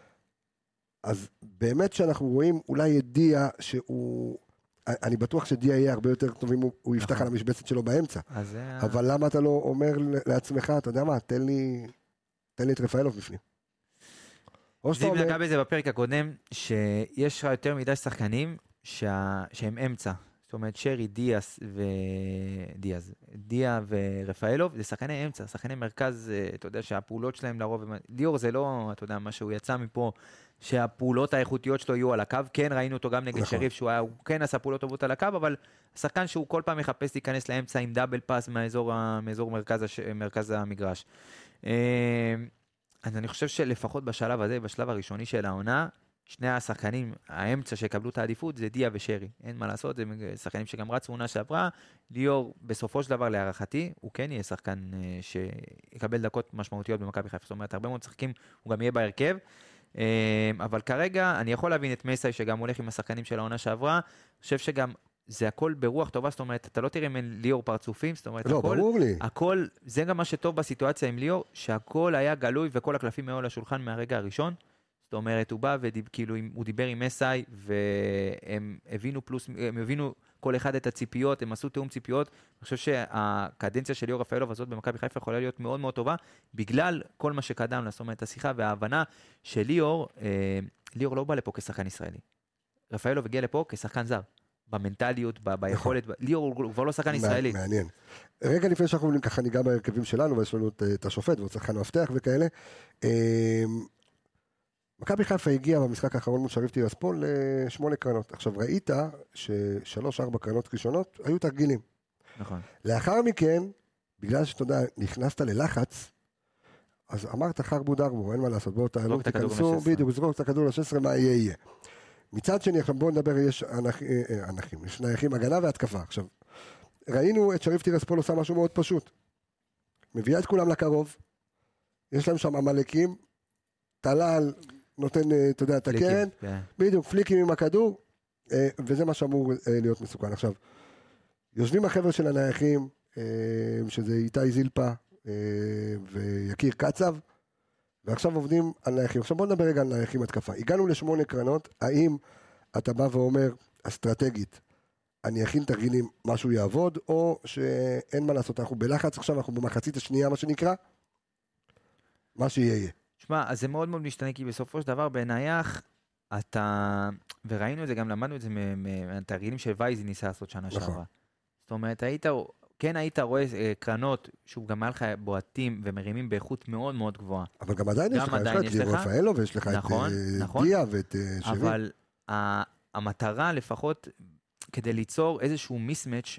אז באמת שאנחנו רואים, אולי ידיע שהוא, אני בטוח שדיע יהיה הרבה יותר טוב אם הוא יפתח על המשבצת שלו באמצע. אבל למה אתה לא אומר לעצמך, אתה יודע מה, תן לי את רפאלוב בפנים.
זיו נגע בזה בפרק הקודם, שיש לך יותר מדי שחקנים שהם אמצע. זאת אומרת, שרי, דיה ורפאלוב, זה שחקני אמצע, שחקני מרכז, אתה יודע שהפעולות שלהם לרוב, ליאור זה לא, אתה יודע, מה שהוא יצא מפה, שהפעולות האיכותיות שלו יהיו על הקו, כן, ראינו אותו גם נגד שריף, שהוא כן עשה פעולות טובות על הקו, אבל השחקן שהוא כל פעם מחפש להיכנס לאמצע עם דאבל פאס מאזור מרכז המגרש. אז אני חושב שלפחות בשלב הזה, בשלב הראשוני של העונה, שני השחקנים, האמצע שיקבלו את העדיפות, זה דיה ושרי. אין מה לעשות, זה שחקנים שגם רצו עונה שעברה. ליאור, בסופו של דבר, להערכתי, הוא כן יהיה שחקן שיקבל דקות משמעותיות במכבי חיפה. זאת אומרת, הרבה מאוד שחקים, הוא גם יהיה בהרכב. אבל כרגע, אני יכול להבין את מסי, שגם הולך עם השחקנים של העונה שעברה. אני חושב שגם זה הכל ברוח טובה, זאת אומרת, אתה לא תראה מן ליאור פרצופים, זאת אומרת,
לא, ברור לי.
הכל, זה גם מה שטוב בסיטואציה עם ליאור, שהכל היה גלוי וכל הקלפים היו על השולחן מהרגע הראשון. זאת אומרת, הוא בא וכאילו הוא דיבר עם מסי, והם הבינו כל אחד את הציפיות, הם עשו תאום ציפיות. אני חושב שהקדנציה של ליאור רפאלוב הזאת במכבי חיפה יכולה להיות מאוד מאוד טובה, בגלל כל מה שקדם, זאת אומרת, השיחה וההבנה של ליאור, ליאור לא בא לפה כשחקן ישראלי. רפאלוב הגיע לפה כשחקן זר. במנטליות, ביכולת, ליאור הוא כבר לא שחקן ישראלי.
מעניין. רגע לפני שאנחנו ככה ניגע בהרכבים שלנו, ויש לנו את השופט, והוא שחקן מפתח וכאלה, מכבי חיפה הגיע במשחק האחרון מול שריף טירספול ל8 קרנות. עכשיו ראית ש3-4 קרנות ראשונות היו תרגילים.
נכון.
לאחר מכן, בגלל שאתה יודע, נכנסת ללחץ, אז אמרת חרבו דרבו, אין מה לעשות, בואו תיכנסו, בדיוק, זרוק את הכדור ל-16, מה יהיה. מצד שני, עכשיו בואו נדבר, יש נייחים, הגנה והתקפה. עכשיו, ראינו את שריף טירספול עושה משהו מאוד פשוט. מביאה את כולם לקרוב, יש להם שם המלאקים, טלל, נותן, אתה יודע, את הקרן, בדיוק, פליקים עם הכדור, וזה מה שאמור להיות מסוכן. עכשיו, יושבים החבר'ה של הנייחים, שזה איתי זילפה ויקיר קצב, ועכשיו עובדים על נייחים. עכשיו בוא נדבר רגע על נייחים התקפה. הגענו ל8 קרנות, האם אתה בא ואומר, אסטרטגית, אני אכין תרגילים, משהו יעבוד, או שאין מה לעשות, אנחנו בלחץ, עכשיו אנחנו במחצית השנייה, מה שנקרא, מה שיהיה.
שמע, אז זה מאוד מאוד משתנה, כי בסופו של דבר בנייח, אתה, וראינו את זה, גם למדנו את זה מהתרגילים של וייזי ניסה לעשות שנה שעברה. זאת אומרת, היית רואה קרנות, שוב, גם היה לך בועטים ומרימים באיכות מאוד מאוד גבוהה.
אבל גם עדיין יש לך את ליאור רפאלו, ויש לך את דיה ואת שרי.
אבל המטרה לפחות, כדי ליצור איזשהו מיסמץ'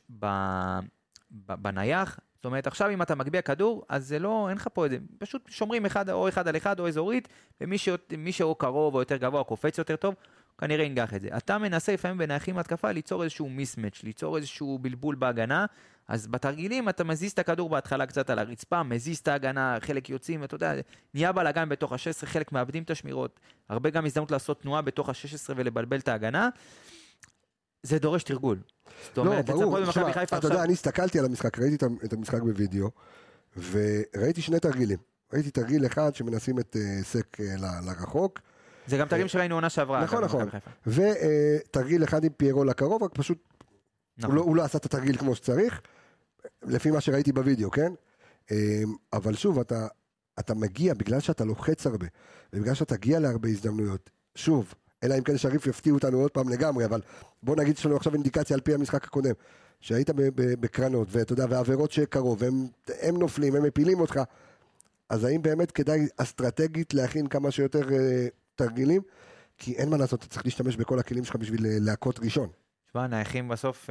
בנייח, זאת אומרת, עכשיו אם אתה מגביע כדור, אז זה לא, אין לך פה איזה, פשוט שומרים אחד על אחד או אזורית, ומי שהוא קרוב או יותר גבוה או קופץ יותר טוב, כנראה ינגח את זה. אתה מנסה לפעמים בנייחים התקפה ליצור איזשהו מיסמץ', ליצור איזשהו בלבול בהגנה, אז בתרגילים אתה מזיז את הכדור בהתחלה קצת על הרצפה, מזיז את ההגנה, חלק יוצאים, אתה יודע, נהיה בלגן בתוך ה-16, חלק מאבדים את השמירות, הרבה גם הזדמנות לעשות תנועה בתוך ה-16 ולבלבל את ההגנה, זה דורש תרגול.
לא, ברור, אתה יודע, אני הסתכלתי על המשחק, ראיתי את המשחק בווידאו, וראיתי 2 תרגילים. ראיתי תרגיל אחד שמנסים את סק לרחוק.
זה גם תרגיל שראינו עונה שעברה.
נכון. ותרגיל אחד עם פיירו לקרוב, רק פשוט הוא לא עשה את התרגיל כמו שצריך, לפי מה שראיתי בווידאו, כן? אבל שוב, אתה מגיע, בגלל שאתה לוחץ הרבה, ובגלל שאתה תגיע להרבה הזדמנויות, שוב, אלא אם כן שריף יפתיעו אותנו עוד פעם לגמרי, אבל בוא נגיד שיש לנו עכשיו אינדיקציה על פי המשחק הקודם, שהיית בקרנות, ואתה יודע, והעבירות שקרוב, הם נופלים, הם מפילים אותך, אז האם באמת כדאי אסטרטגית להכין כמה שיותר תרגילים, כי אין מה לעשות, אתה צריך להשתמש בכל הכלים שלך בשביל להכות ראשון.
תשמע, נייחים בסוף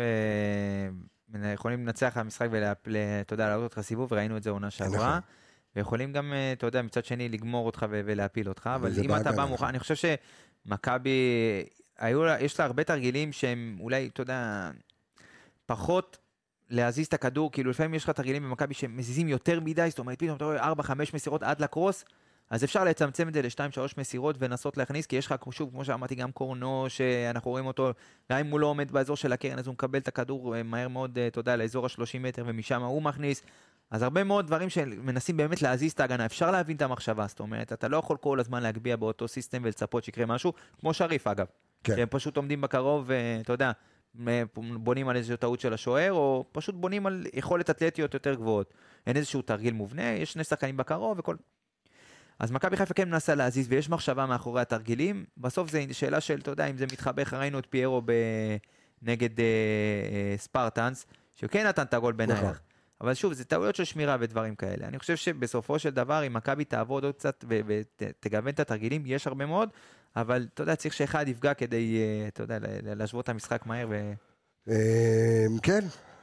יכולים לנצח המשחק ואתה יודע, לעלות אותך סיבוב, וראינו את זה עונה שעברה, ויכולים גם, אתה יודע, מצד שני לגמור אותך ולהפיל אותך, אבל אם אתה בא מוכן, אני חושב שמכבי, יש לה הרבה תרגילים שהם אולי, אתה יודע, פחות להזיז את הכדור, כאילו לפעמים יש לך תרגילים במכבי שמזיזים יותר מדי, זאת אומרת, פתאום אתה רואה 4-5 מסירות עד לקרוס, אז אפשר לצמצם את זה ל2-3 מסירות ונסות להכניס, כי יש לך, שוב, כמו שאמרתי, גם קורנו, שאנחנו רואים אותו, גם אם הוא לא עומד באזור של הקרן, אז הוא מקבל את הכדור מהר מאוד, אתה יודע, לאזור ה-30 מטר, ומשם הוא מכניס. אז הרבה מאוד דברים שמנסים באמת להזיז את ההגנה, אפשר להבין את המחשבה, זאת אומרת, אתה לא יכול כל הזמן להגביע באותו סיסטם ולצפות שיקרה משהו, כמו שריף אגב, כן. שהם פשוט עומדים בקרוב, ואתה יודע, בונים על איזושהי טעות של השוער, או פשוט בונים על יכולת אתלטיות יותר גבוהות. אין איזשהו תרגיל מובנה, יש 2 שחקנים בקרוב וכל... אז מכבי חיפה כן מנסה להזיז, ויש מחשבה מאחורי התרגילים, בסוף זה שאלה של, אתה יודע, אם זה מתחבר, ראינו את פיירו נגד ספרטנס, שכן נתן את הגול בנייח. אבל שוב, זה טעויות של שמירה ודברים כאלה. אני חושב שבסופו של דבר, אם מכבי תעבוד עוד קצת ותגוון את התרגילים, יש הרבה מאוד, אבל אתה יודע, צריך שאחד יפגע כדי, אתה יודע, להשוות את המשחק מהר
כן.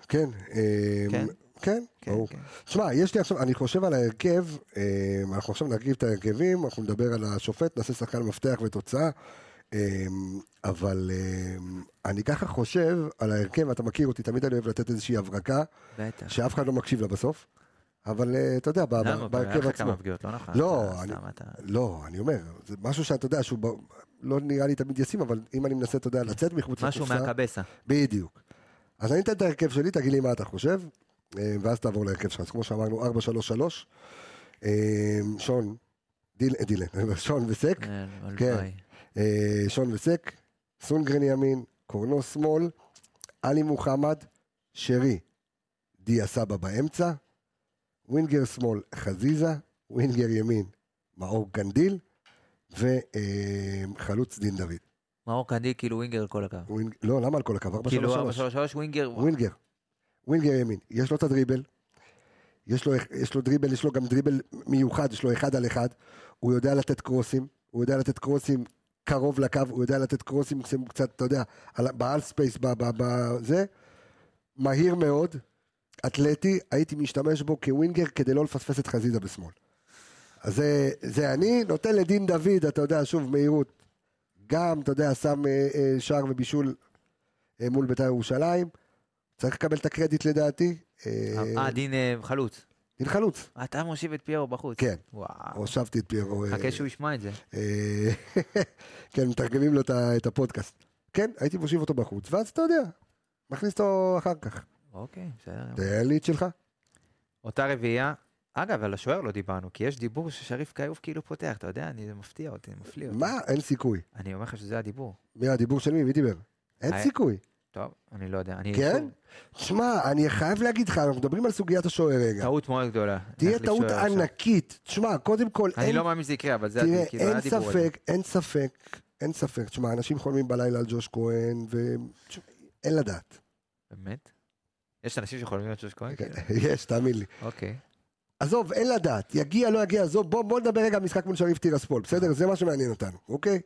כן, ברור. תשמע, יש לי עכשיו, אני חושב על ההרכב, אנחנו עכשיו נרכיב את ההרכבים, אנחנו נדבר על השופט, נעשה שחקן מפתח ותוצאה. אבל אני ככה חושב על ההרכב, אתה מכיר אותי, תמיד אני אוהב לתת איזושהי הברקה, שאף אחד לא מקשיב לה בסוף, אבל אתה יודע, בהרכב עצמו. לא, אני אומר, זה משהו שאתה יודע, שהוא לא נראה לי תמיד ישים, אבל אם אני מנסה, אתה יודע, לצאת מחוץ לקופסה.
משהו מהקבסה.
בדיוק. אז אני אתן את ההרכב שלי, תגיד לי מה אתה חושב, ואז תעבור להרכב שלך. אז כמו שאמרנו, 4-3-3, שון וסק, כן, שון וסק, סונגרן ימין, קורנו שמאל, עלי מוחמד, שרי, דיה סבא באמצע, ווינגר שמאל חזיזה, ווינגר ימין מאור קנדיל, וחלוץ דין דוד.
מאור קנדיל כאילו ווינגר על כל הקו.
לא, למה על כל הקו? 4-3-3.
כאילו 4-3-3 ווינגר.
ווינגר ימין. יש לו את הדריבל, יש לו דריבל, יש לו גם דריבל מיוחד, יש לו 1 על 1, הוא יודע לתת קרוסים, קרוב לקו, הוא יודע לתת קרוסים קצת, אתה יודע, בעל ספייס, בזה, מהיר מאוד, אתלטי, הייתי משתמש בו כווינגר כדי לא לפספס את חזיזה בשמאל. אז זה אני נותן לדין דוד, אתה יודע, שוב, מהירות, גם, אתה יודע, שם שער ובישול מול בית"ר ירושלים, צריך לקבל את הקרדיט לדעתי.
דין חלוץ.
דין חלוץ.
אתה מושיב את פיירו בחוץ.
כן, הושבתי את פיירו.
חכה שהוא ישמע את זה.
כן, מתרגמים לו את הפודקאסט. כן, הייתי מושיב אותו בחוץ, ואז אתה יודע, מכניס אותו אחר כך.
אוקיי, בסדר.
זה הליט שלך?
אותה רביעייה, אגב, על השוער לא דיברנו, כי יש דיבור ששריף קיוף כאילו פותח, אתה יודע, זה מפתיע אותי, מפליא אותי.
מה? אין סיכוי.
אני אומר לך שזה הדיבור.
מי הדיבור של מי דיבר? אין סיכוי.
טוב, אני לא יודע.
כן? תשמע, אני חייב להגיד לך, אנחנו מדברים על סוגיית השוער רגע.
טעות מאוד גדולה.
תהיה טעות ענקית. תשמע, קודם כל...
אני לא מאמין שזה יקרה, אבל זה הדיבור.
אין ספק. תשמע, אנשים חולמים בלילה על ג'וש כהן, ואין לדעת.
באמת? יש אנשים שחולמים על ג'וש כהן?
יש, תאמין לי.
אוקיי.
עזוב, אין לדעת. יגיע, לא יגיע, עזוב. בוא נדבר רגע על משחק מול שריף טירספול. בסדר? זה מה שמעניין אותנו, אוקיי?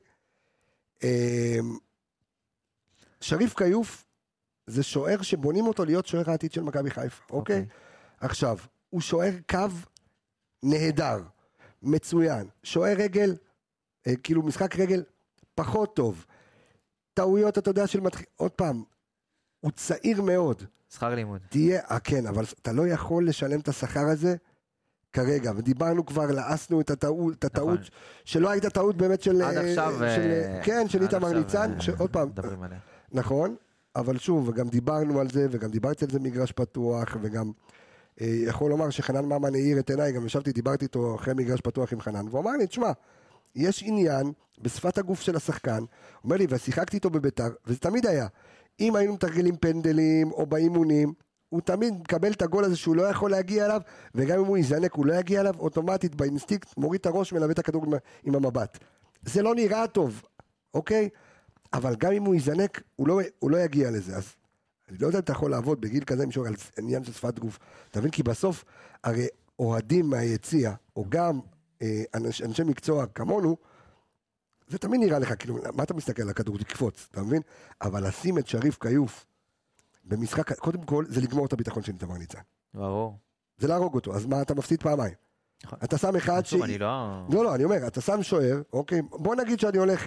שריף קיוף זה שוער שבונים אותו להיות שוער העתיד של מכבי חיפה, אוקיי? עכשיו, הוא שוער קו נהדר, מצוין, שוער רגל, כאילו משחק רגל פחות טוב, טעויות, אתה יודע, עוד פעם, הוא צעיר מאוד.
שכר לימוד.
כן, אבל אתה לא יכול לשלם את השכר הזה כרגע, ודיברנו כבר, לעסנו את הטעות, שלא הייתה טעות באמת של...
עד עכשיו...
כן, של איתמר ניצן, עוד פעם... נכון, אבל שוב, וגם דיברנו על זה, וגם דיברתי על זה מגרש פתוח, וגם יכול לומר שחנן ממן העיר את עיניי, גם ישבתי, דיברתי איתו אחרי מגרש פתוח עם חנן, והוא אמר לי, תשמע, יש עניין בשפת הגוף של השחקן, אומר לי, ושיחקתי איתו בביתר, וזה תמיד היה, אם היינו מתרגלים פנדלים או באימונים, הוא תמיד מקבל את הגול הזה שהוא לא יכול להגיע אליו, וגם אם הוא יזנק הוא לא יגיע אליו, אוטומטית באינסטינקט מוריד את הראש מלווה את הכדור עם המבט. זה לא נראה טוב, אוקיי? אבל גם אם הוא יזנק, הוא לא יגיע לזה. אז אני לא יודע אם אתה יכול לעבוד בגיל כזה משור על עניין של שפת גוף. אתה מבין? כי בסוף, הרי אוהדים מהיציע, או גם אנשי מקצוע כמונו, זה תמיד נראה לך, כאילו, מה אתה מסתכל על הכדור? תקפוץ, אתה מבין? אבל לשים את שריף קיוף במשחק, קודם כל, זה לגמור את הביטחון של איתמר ניצן.
ברור.
זה להרוג אותו, אז מה, אתה מפסיד פעמיים. אתה שם אחד לא, אני אומר, אתה שם שוער, אוקיי, בוא נגיד שאני הולך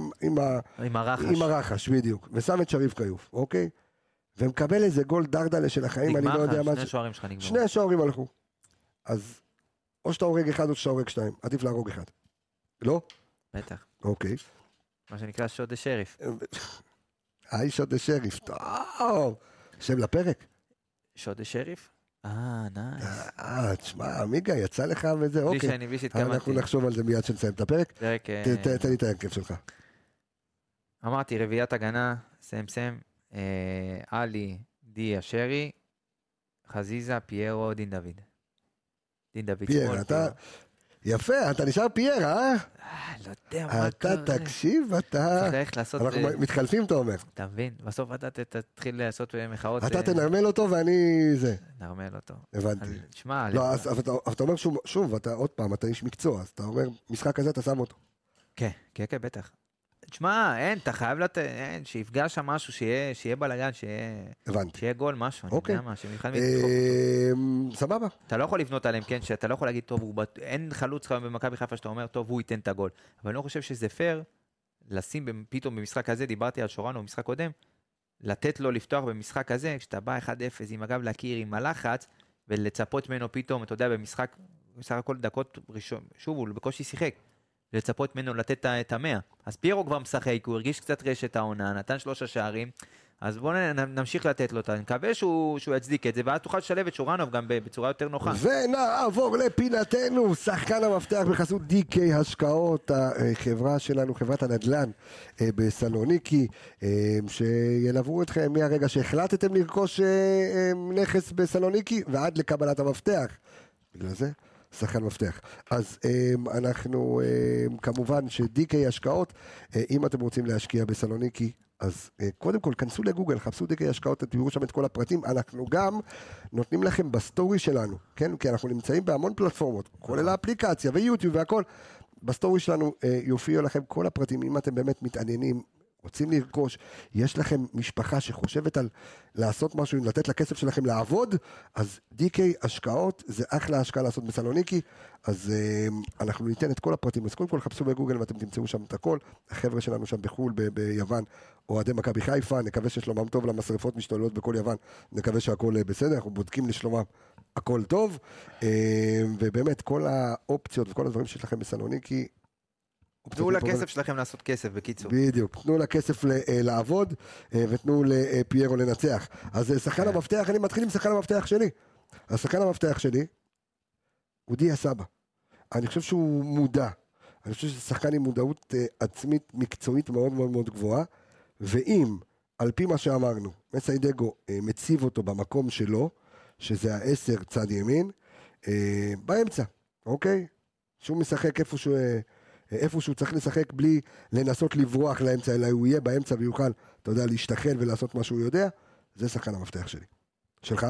עם הרחש, בדיוק, ושם את שריף קיוף, אוקיי? ומקבל איזה גול דרדלה של החיים, אני לא יודע מה...
שני שוערים שלך נגמרו.
שני שוערים הלכו. אז או שאתה הורג אחד או שאתה הורג שתיים, עדיף להרוג אחד. לא?
בטח.
אוקיי.
מה שנקרא שוד השריף.
שוד השריף, טוב. שם לפרק.
שוד השריף? נייס.
תשמע, מיגה, יצא לך וזה, אוקיי.
בלי שהתכוונתי.
אנחנו נחשוב על זה מיד שנסיים את הפרק. תן לי את ההרכב שלך.
אמרתי, רביעיית הגנה, סם, עלי, דיה, שרי, חזיזה, פיירו, דין דוד. דין דוד.
פייר, אתה... יפה, אתה נשאר פייר, אה?
לא יודע מה קורה.
אתה תקשיב, אתה... אנחנו מתחלפים, אתה אומר.
אתה מבין, בסוף אתה תתחיל לעשות מחאות.
אתה תנרמל אותו ואני זה.
נרמל אותו.
הבנתי.
תשמע...
לא, אז אתה אומר שוב, אתה עוד פעם, אתה איש מקצוע, אז אתה אומר, משחק כזה אתה שם אותו.
כן, בטח. תשמע, אתה חייב שיפגע שם משהו, שיהיה בלגן, שיהיה גול, משהו, אני יודע מה, שמבחן מתחוב אותו.
סבבה.
אתה לא יכול לבנות עליהם, כן, שאתה לא יכול להגיד, טוב, אין חלוץ במכבי חיפה שאתה אומר, טוב, הוא ייתן את הגול. אבל אני לא חושב שזה פייר, לשים פתאום במשחק הזה, דיברתי על שורנו במשחק קודם, לתת לו לפתוח במשחק הזה, כשאתה בא 1-0 עם הגב להכיר עם הלחץ, ולצפות ממנו פתאום, אתה יודע, במשחק, בסך הכל דקות ראשון, שוב, הוא בקושי שיחק, לצפות ממנו לתת את 100. אז פיירו כבר משחק, הוא הרגיש קצת רשת העונה, נתן 3 שערים, אז בואו נמשיך לתת לו, אני מקווה שהוא יצדיק את זה, ואז תוכל לשלב את שורנוב גם בצורה יותר נוחה.
ונעבור לפינתנו, שחקן המפתח בחסות DK השקעות, החברה שלנו, חברת הנדל"ן בסלוניקי, שילוו אתכם מהרגע שהחלטתם לרכוש נכס בסלוניקי, ועד לקבלת המפתח. בגלל זה, שחקן מפתח. אז אנחנו, כמובן ש-DK השקעות, אם אתם רוצים להשקיע בסלוניקי, אז קודם כל, כנסו לגוגל, חפשו DK השקעות, תראו שם את כל הפרטים, אנחנו גם נותנים לכם בסטורי שלנו, כן? כי אנחנו נמצאים בהמון פלטפורמות, כולל האפליקציה ויוטיוב והכל, בסטורי שלנו יופיעו לכם כל הפרטים, אם אתם באמת מתעניינים, רוצים לרכוש, יש לכם משפחה שחושבת על לעשות משהו, אם לתת לכסף שלכם לעבוד, אז DK השקעות זה אחלה השקעה לעשות בסלוניקי, אז אנחנו ניתן את כל הפרטים, אז קודם כל חפשו בגוגל ואתם תמצאו שם את הכל, החבר'ה שלנו שם בחול, ביוון, אוהדי מכבי חיפה, נקווה ששלומם טוב, למשרפות משתוללות בכל יוון, נקווה שהכל בסדר, אנחנו בודקים לשלומם הכל טוב, ובאמת כל האופציות וכל הדברים שיש לכם בסלוניקי,
תנו לכסף שלכם לעשות כסף, בקיצור.
בדיוק, תנו לכסף לעבוד, ותנו לפיירו לנצח. אז שחקן המפתח, אני מתחיל עם שחקן המפתח שלי. השחקן המפתח שלי, הוא דיה סבא. אני חושב שהוא מודע. אני חושב שזה שחקן עם מודעות עצמית, מקצועית מאוד מאוד מאוד גבוהה, ואם, על פי מה שאמרנו, מסיידגו מציב אותו במקום שלו, שזה 10 צד ימין, באמצע, אוקיי? שהוא משחק איפה שהוא צריך לשחק בלי לנסות לברוח לאמצע, אלא הוא יהיה באמצע ויוכל, אתה יודע, להשתחל ולעשות מה שהוא יודע, זה שחקן המפתח שלי. שלך?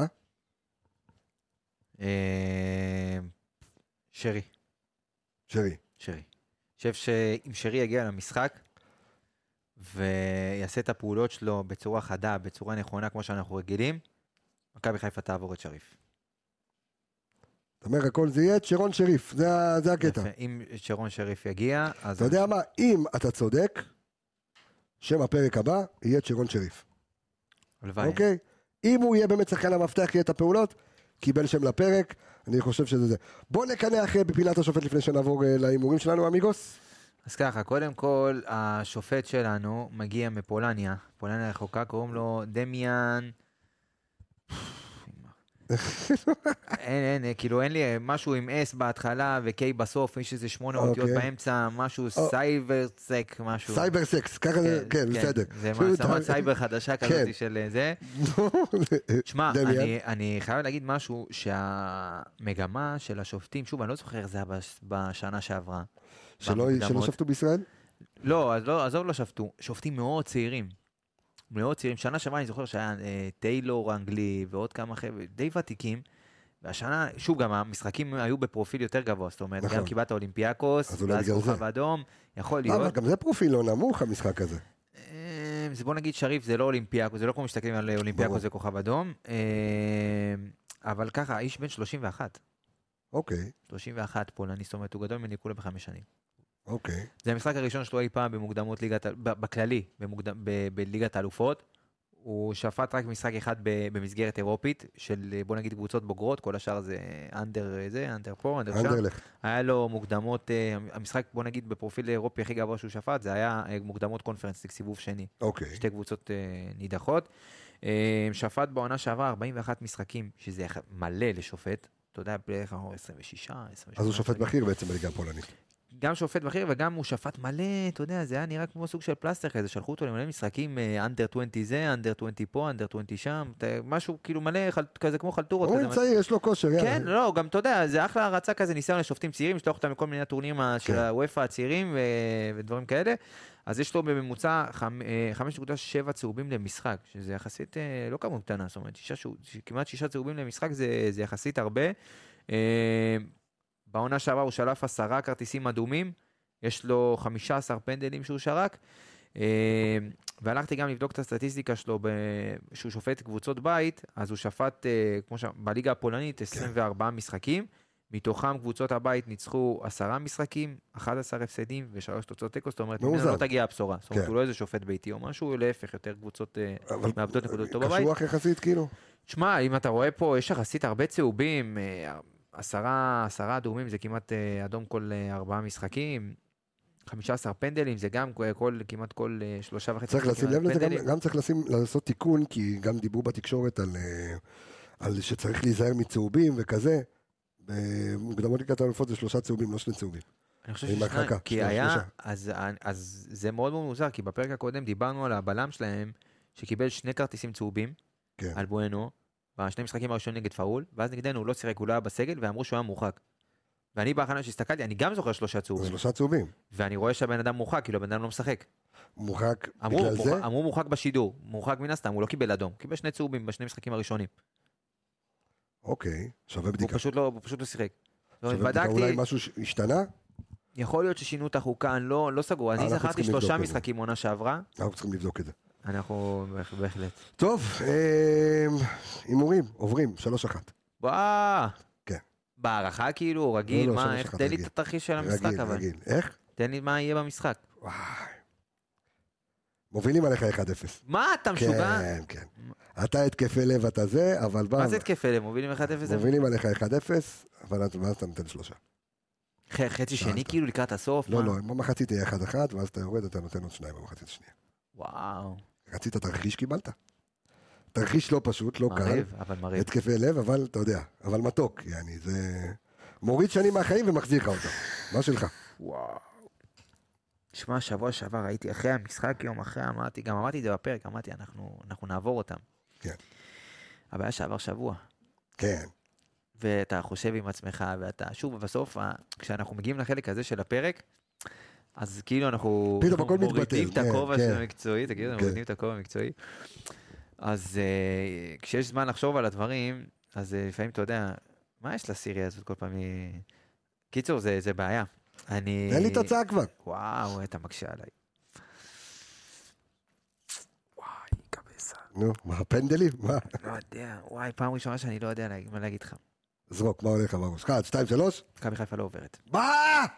שרי.
שרי.
שרי. חושב שאם שרי יגיע למשחק, ויעשה את הפעולות שלו בצורה חדה, בצורה נכונה, כמו שאנחנו רגילים, מכבי חיפה תעבור את שריף.
זאת אומרת, הכל זה יהיה את שרון שריף, זה הקטע.
אם שרון שריף יגיע, אז...
אתה יודע מה, אם אתה צודק, שם הפרק הבא יהיה את שרון שריף.
הלוואי.
אוקיי? אם הוא יהיה באמת שחקן המפתח, יהיה את הפעולות, קיבל שם לפרק, אני חושב שזה זה. בוא נקנה אחרי בפינת השופט לפני שנעבור להימורים שלנו, אמיגוס.
אז ככה, קודם כל, השופט שלנו מגיע מפולניה, פולניה רחוקה, קוראים לו דמיאן... אין, כאילו אין לי משהו עם S בהתחלה ו-K בסוף, יש איזה 8 אותיות באמצע, משהו סייברסק, משהו.
סייברסקס, ככה זה, כן, בסדר.
זה מעצמת סייבר חדשה כזאת של זה. שמע, אני חייב להגיד משהו שהמגמה של השופטים, שוב, אני לא זוכר איך זה היה בשנה שעברה.
שלא שפטו בישראל?
לא, עזוב לא שפטו, שופטים מאוד צעירים. מאוד צעירים, שנה שעברה אני זוכר שהיה טיילור אנגלי ועוד כמה חבר'ה, די ותיקים, והשנה, שוב גם המשחקים היו בפרופיל יותר גבוה, זאת אומרת, גם קיבלת אולימפיאקוס, ואז כוכב אדום, יכול להיות.
אבל גם זה פרופיל לא נמוך המשחק הזה.
אז בוא נגיד שריף זה לא אולימפיאקוס, זה לא כמו מסתכלים על אולימפיאקוס וכוכב אדום, אבל ככה, האיש בן 31.
אוקיי.
31 פולני, זאת אומרת, הוא גדול ממני כולה ב5 שנים.
אוקיי.
זה המשחק הראשון שלו אי פעם במוקדמות ליגת, בכללי, בליגת האלופות. הוא שפט רק משחק אחד במסגרת אירופית, של בוא נגיד קבוצות בוגרות, כל השאר זה אנדר פה, אנדר שם. היה לו מוקדמות, המשחק בוא נגיד בפרופיל אירופי הכי גבוה שהוא שפט, זה היה מוקדמות קונפרנס, סיבוב שני.
אוקיי.
שתי קבוצות נידחות. שפט בעונה שעבר 41 משחקים, שזה מלא לשופט. אתה יודע, בערך 26, 28.
אז הוא שופט בכיר בעצם בליגה הפולנית.
גם שופט בכיר וגם הוא שפט מלא, אתה יודע, זה היה נראה כמו סוג של פלסטר כזה, שלחו אותו למלא משחקים, אנדר 20 זה, אנדר 20 פה, אנדר 20 שם, משהו כאילו מלא כזה כמו חלטורות.
הוא צעיר, יש לו כושר, יאללה.
כן, לא, גם אתה יודע, זה אחלה הרצה כזה, ניסיון לשופטים צעירים, לשלוח אותם מכל מיני טורנירים של הוופא הצעירים ודברים כאלה, אז יש לו בממוצע 5.7 צהובים למשחק, שזה יחסית לא כמות קטנה, זאת אומרת, כמעט 6 צהובים למשחק זה יחסית הרבה. בעונה שעבר הוא שלף 10 כרטיסים אדומים, יש לו 15 פנדלים שהוא שרק, והלכתי גם לבדוק את הסטטיסטיקה שלו, שהוא שופט קבוצות בית, אז הוא שפט, כמו בליגה הפולנית, 24 משחקים, מתוכם קבוצות הבית ניצחו 10 משחקים, 11 הפסדים ו3 תוצאות תיקו, זאת אומרת, ממנו לא תגיע הבשורה. זאת אומרת, הוא לא איזה שופט ביתי או משהו, להפך, יותר קבוצות מאבדות נקודות טוב בבית.
קשוח יחסית, כאילו?
תשמע, אם אתה רואה פה, יש יחסית הרבה צהובים, 10 אדומים, זה כמעט אדום כל 4 משחקים, 15 פנדלים, זה גם כמעט כל 3.5
צריך לשים לב לזה, גם צריך לעשות תיקון, כי גם דיברו בתקשורת על שצריך להיזהר מצהובים וכזה, במוקדמות ליגת האלופות זה 3 צהובים, לא 2 צהובים.
אני חושב ששניים, כי היה, אז זה מאוד מאוד מוזר, כי בפרק הקודם דיברנו על הבלם שלהם, שקיבל 2 כרטיסים צהובים, על בואנו, בשני משחקים הראשונים נגד פאול, ואז נגדנו הוא לא צירק, הוא לא היה בסגל, ואמרו שהוא היה מורחק. ואני בהכנה שהסתכלתי, אני גם זוכר 3 צהובים.
3 צהובים.
ואני רואה שהבן אדם מורחק, כאילו הבן אדם לא משחק.
מורחק בגלל זה?
אמרו מורחק בשידור, מורחק מן הסתם, הוא לא קיבל אדום, קיבל 2 צהובים בשני משחקים הראשונים.
אוקיי, שווה בדיקה.
הוא פשוט לא שיחק.
שווה בדיקה, אולי משהו השתנה?
יכול להיות ששינו את החוקה, לא סגור. אני זכרתי 3 משחקים עונה שעברה.
אנחנו צריכים לבדוק את זה.
אנחנו בהחלט.
טוב, הימורים, עוברים, 3-1.
וואו.
כן.
בהערכה כאילו, רגיל, מה, איך, תן לי את התרחיש של המשחק אבל.
רגיל, איך?
תן לי מה יהיה במשחק.
וואי. מובילים עליך 1-0.
מה, אתה משוגע?
כן, כן. אתה התקפי לב, אתה זה, אבל...
מה זה התקפי לב? מובילים 1-0?
מובילים עליך 1-0, אבל אז אתה נותן 3.
חצי שני כאילו לקראת הסוף?
לא, לא, במחצית יהיה 1-1, ואז אתה יורד, אתה נותן עוד 2 במחצית השנייה.
וואו.
רצית תרחיש, קיבלת. תרחיש לא פשוט, לא קל.
מרהיב.
התקפי לב, אבל אתה יודע, אבל מתוק, יעני, זה... מוריד שנים מהחיים ומחזיר לך אותם. מה שלך?
וואו. שמע, שבוע שעבר הייתי אחרי המשחק, יום אחרי, גם אמרתי את זה בפרק, אמרתי, אנחנו נעבור אותם.
כן.
הבעיה שעבר שבוע.
כן.
ואתה חושב עם עצמך, ואתה, שוב, בסוף, כשאנחנו מגיעים לחלק הזה של הפרק, אז כאילו אנחנו מורידים את הכובע של המקצועי, תגידו, מורידים את הכובע המקצועי. אז כשיש זמן לחשוב על הדברים, אז לפעמים אתה יודע, מה יש לסיריה הזאת כל פעם? קיצור, זה בעיה.
אין לי תוצאה כבר.
וואו, אתה מקשה עליי. וואי, קבסה.
נו, מה, פנדלים? מה?
לא יודע, וואי, פעם ראשונה שאני לא יודע מה להגיד לך.
זרוק, מה הולך בראש? 1, 2, 3?
מכבי חיפה לא עוברת.
מה?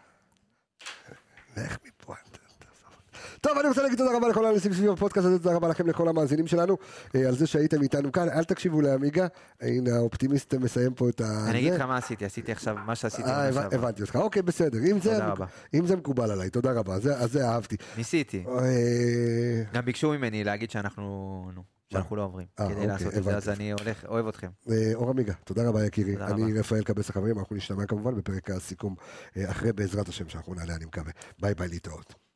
לך מפה. טוב, אני רוצה להגיד תודה רבה לכל האנשים סביב הפודקאסט הזה, תודה רבה לכם לכל המאזינים שלנו, על זה שהייתם איתנו כאן, אל תקשיבו לעמיגה, הנה האופטימיסט מסיים פה את ה...
אני אגיד לך מה עשיתי עכשיו, מה שעשיתי.
הבנתי אותך, אוקיי, בסדר, אם זה מקובל עליי, תודה רבה, אז זה אהבתי.
ניסיתי. גם ביקשו ממני להגיד שאנחנו לא עוברים, כדי לעשות את זה, אז אני אוהב אתכם.
אור עמיגה, תודה רבה יקירי, אני רפאל קבס החברים, אנחנו נשתמע כמובן בפרק הסיכום אחרי בעזרת השם שאנחנו נעלה, אני מקווה. ביי ביי, להתראות.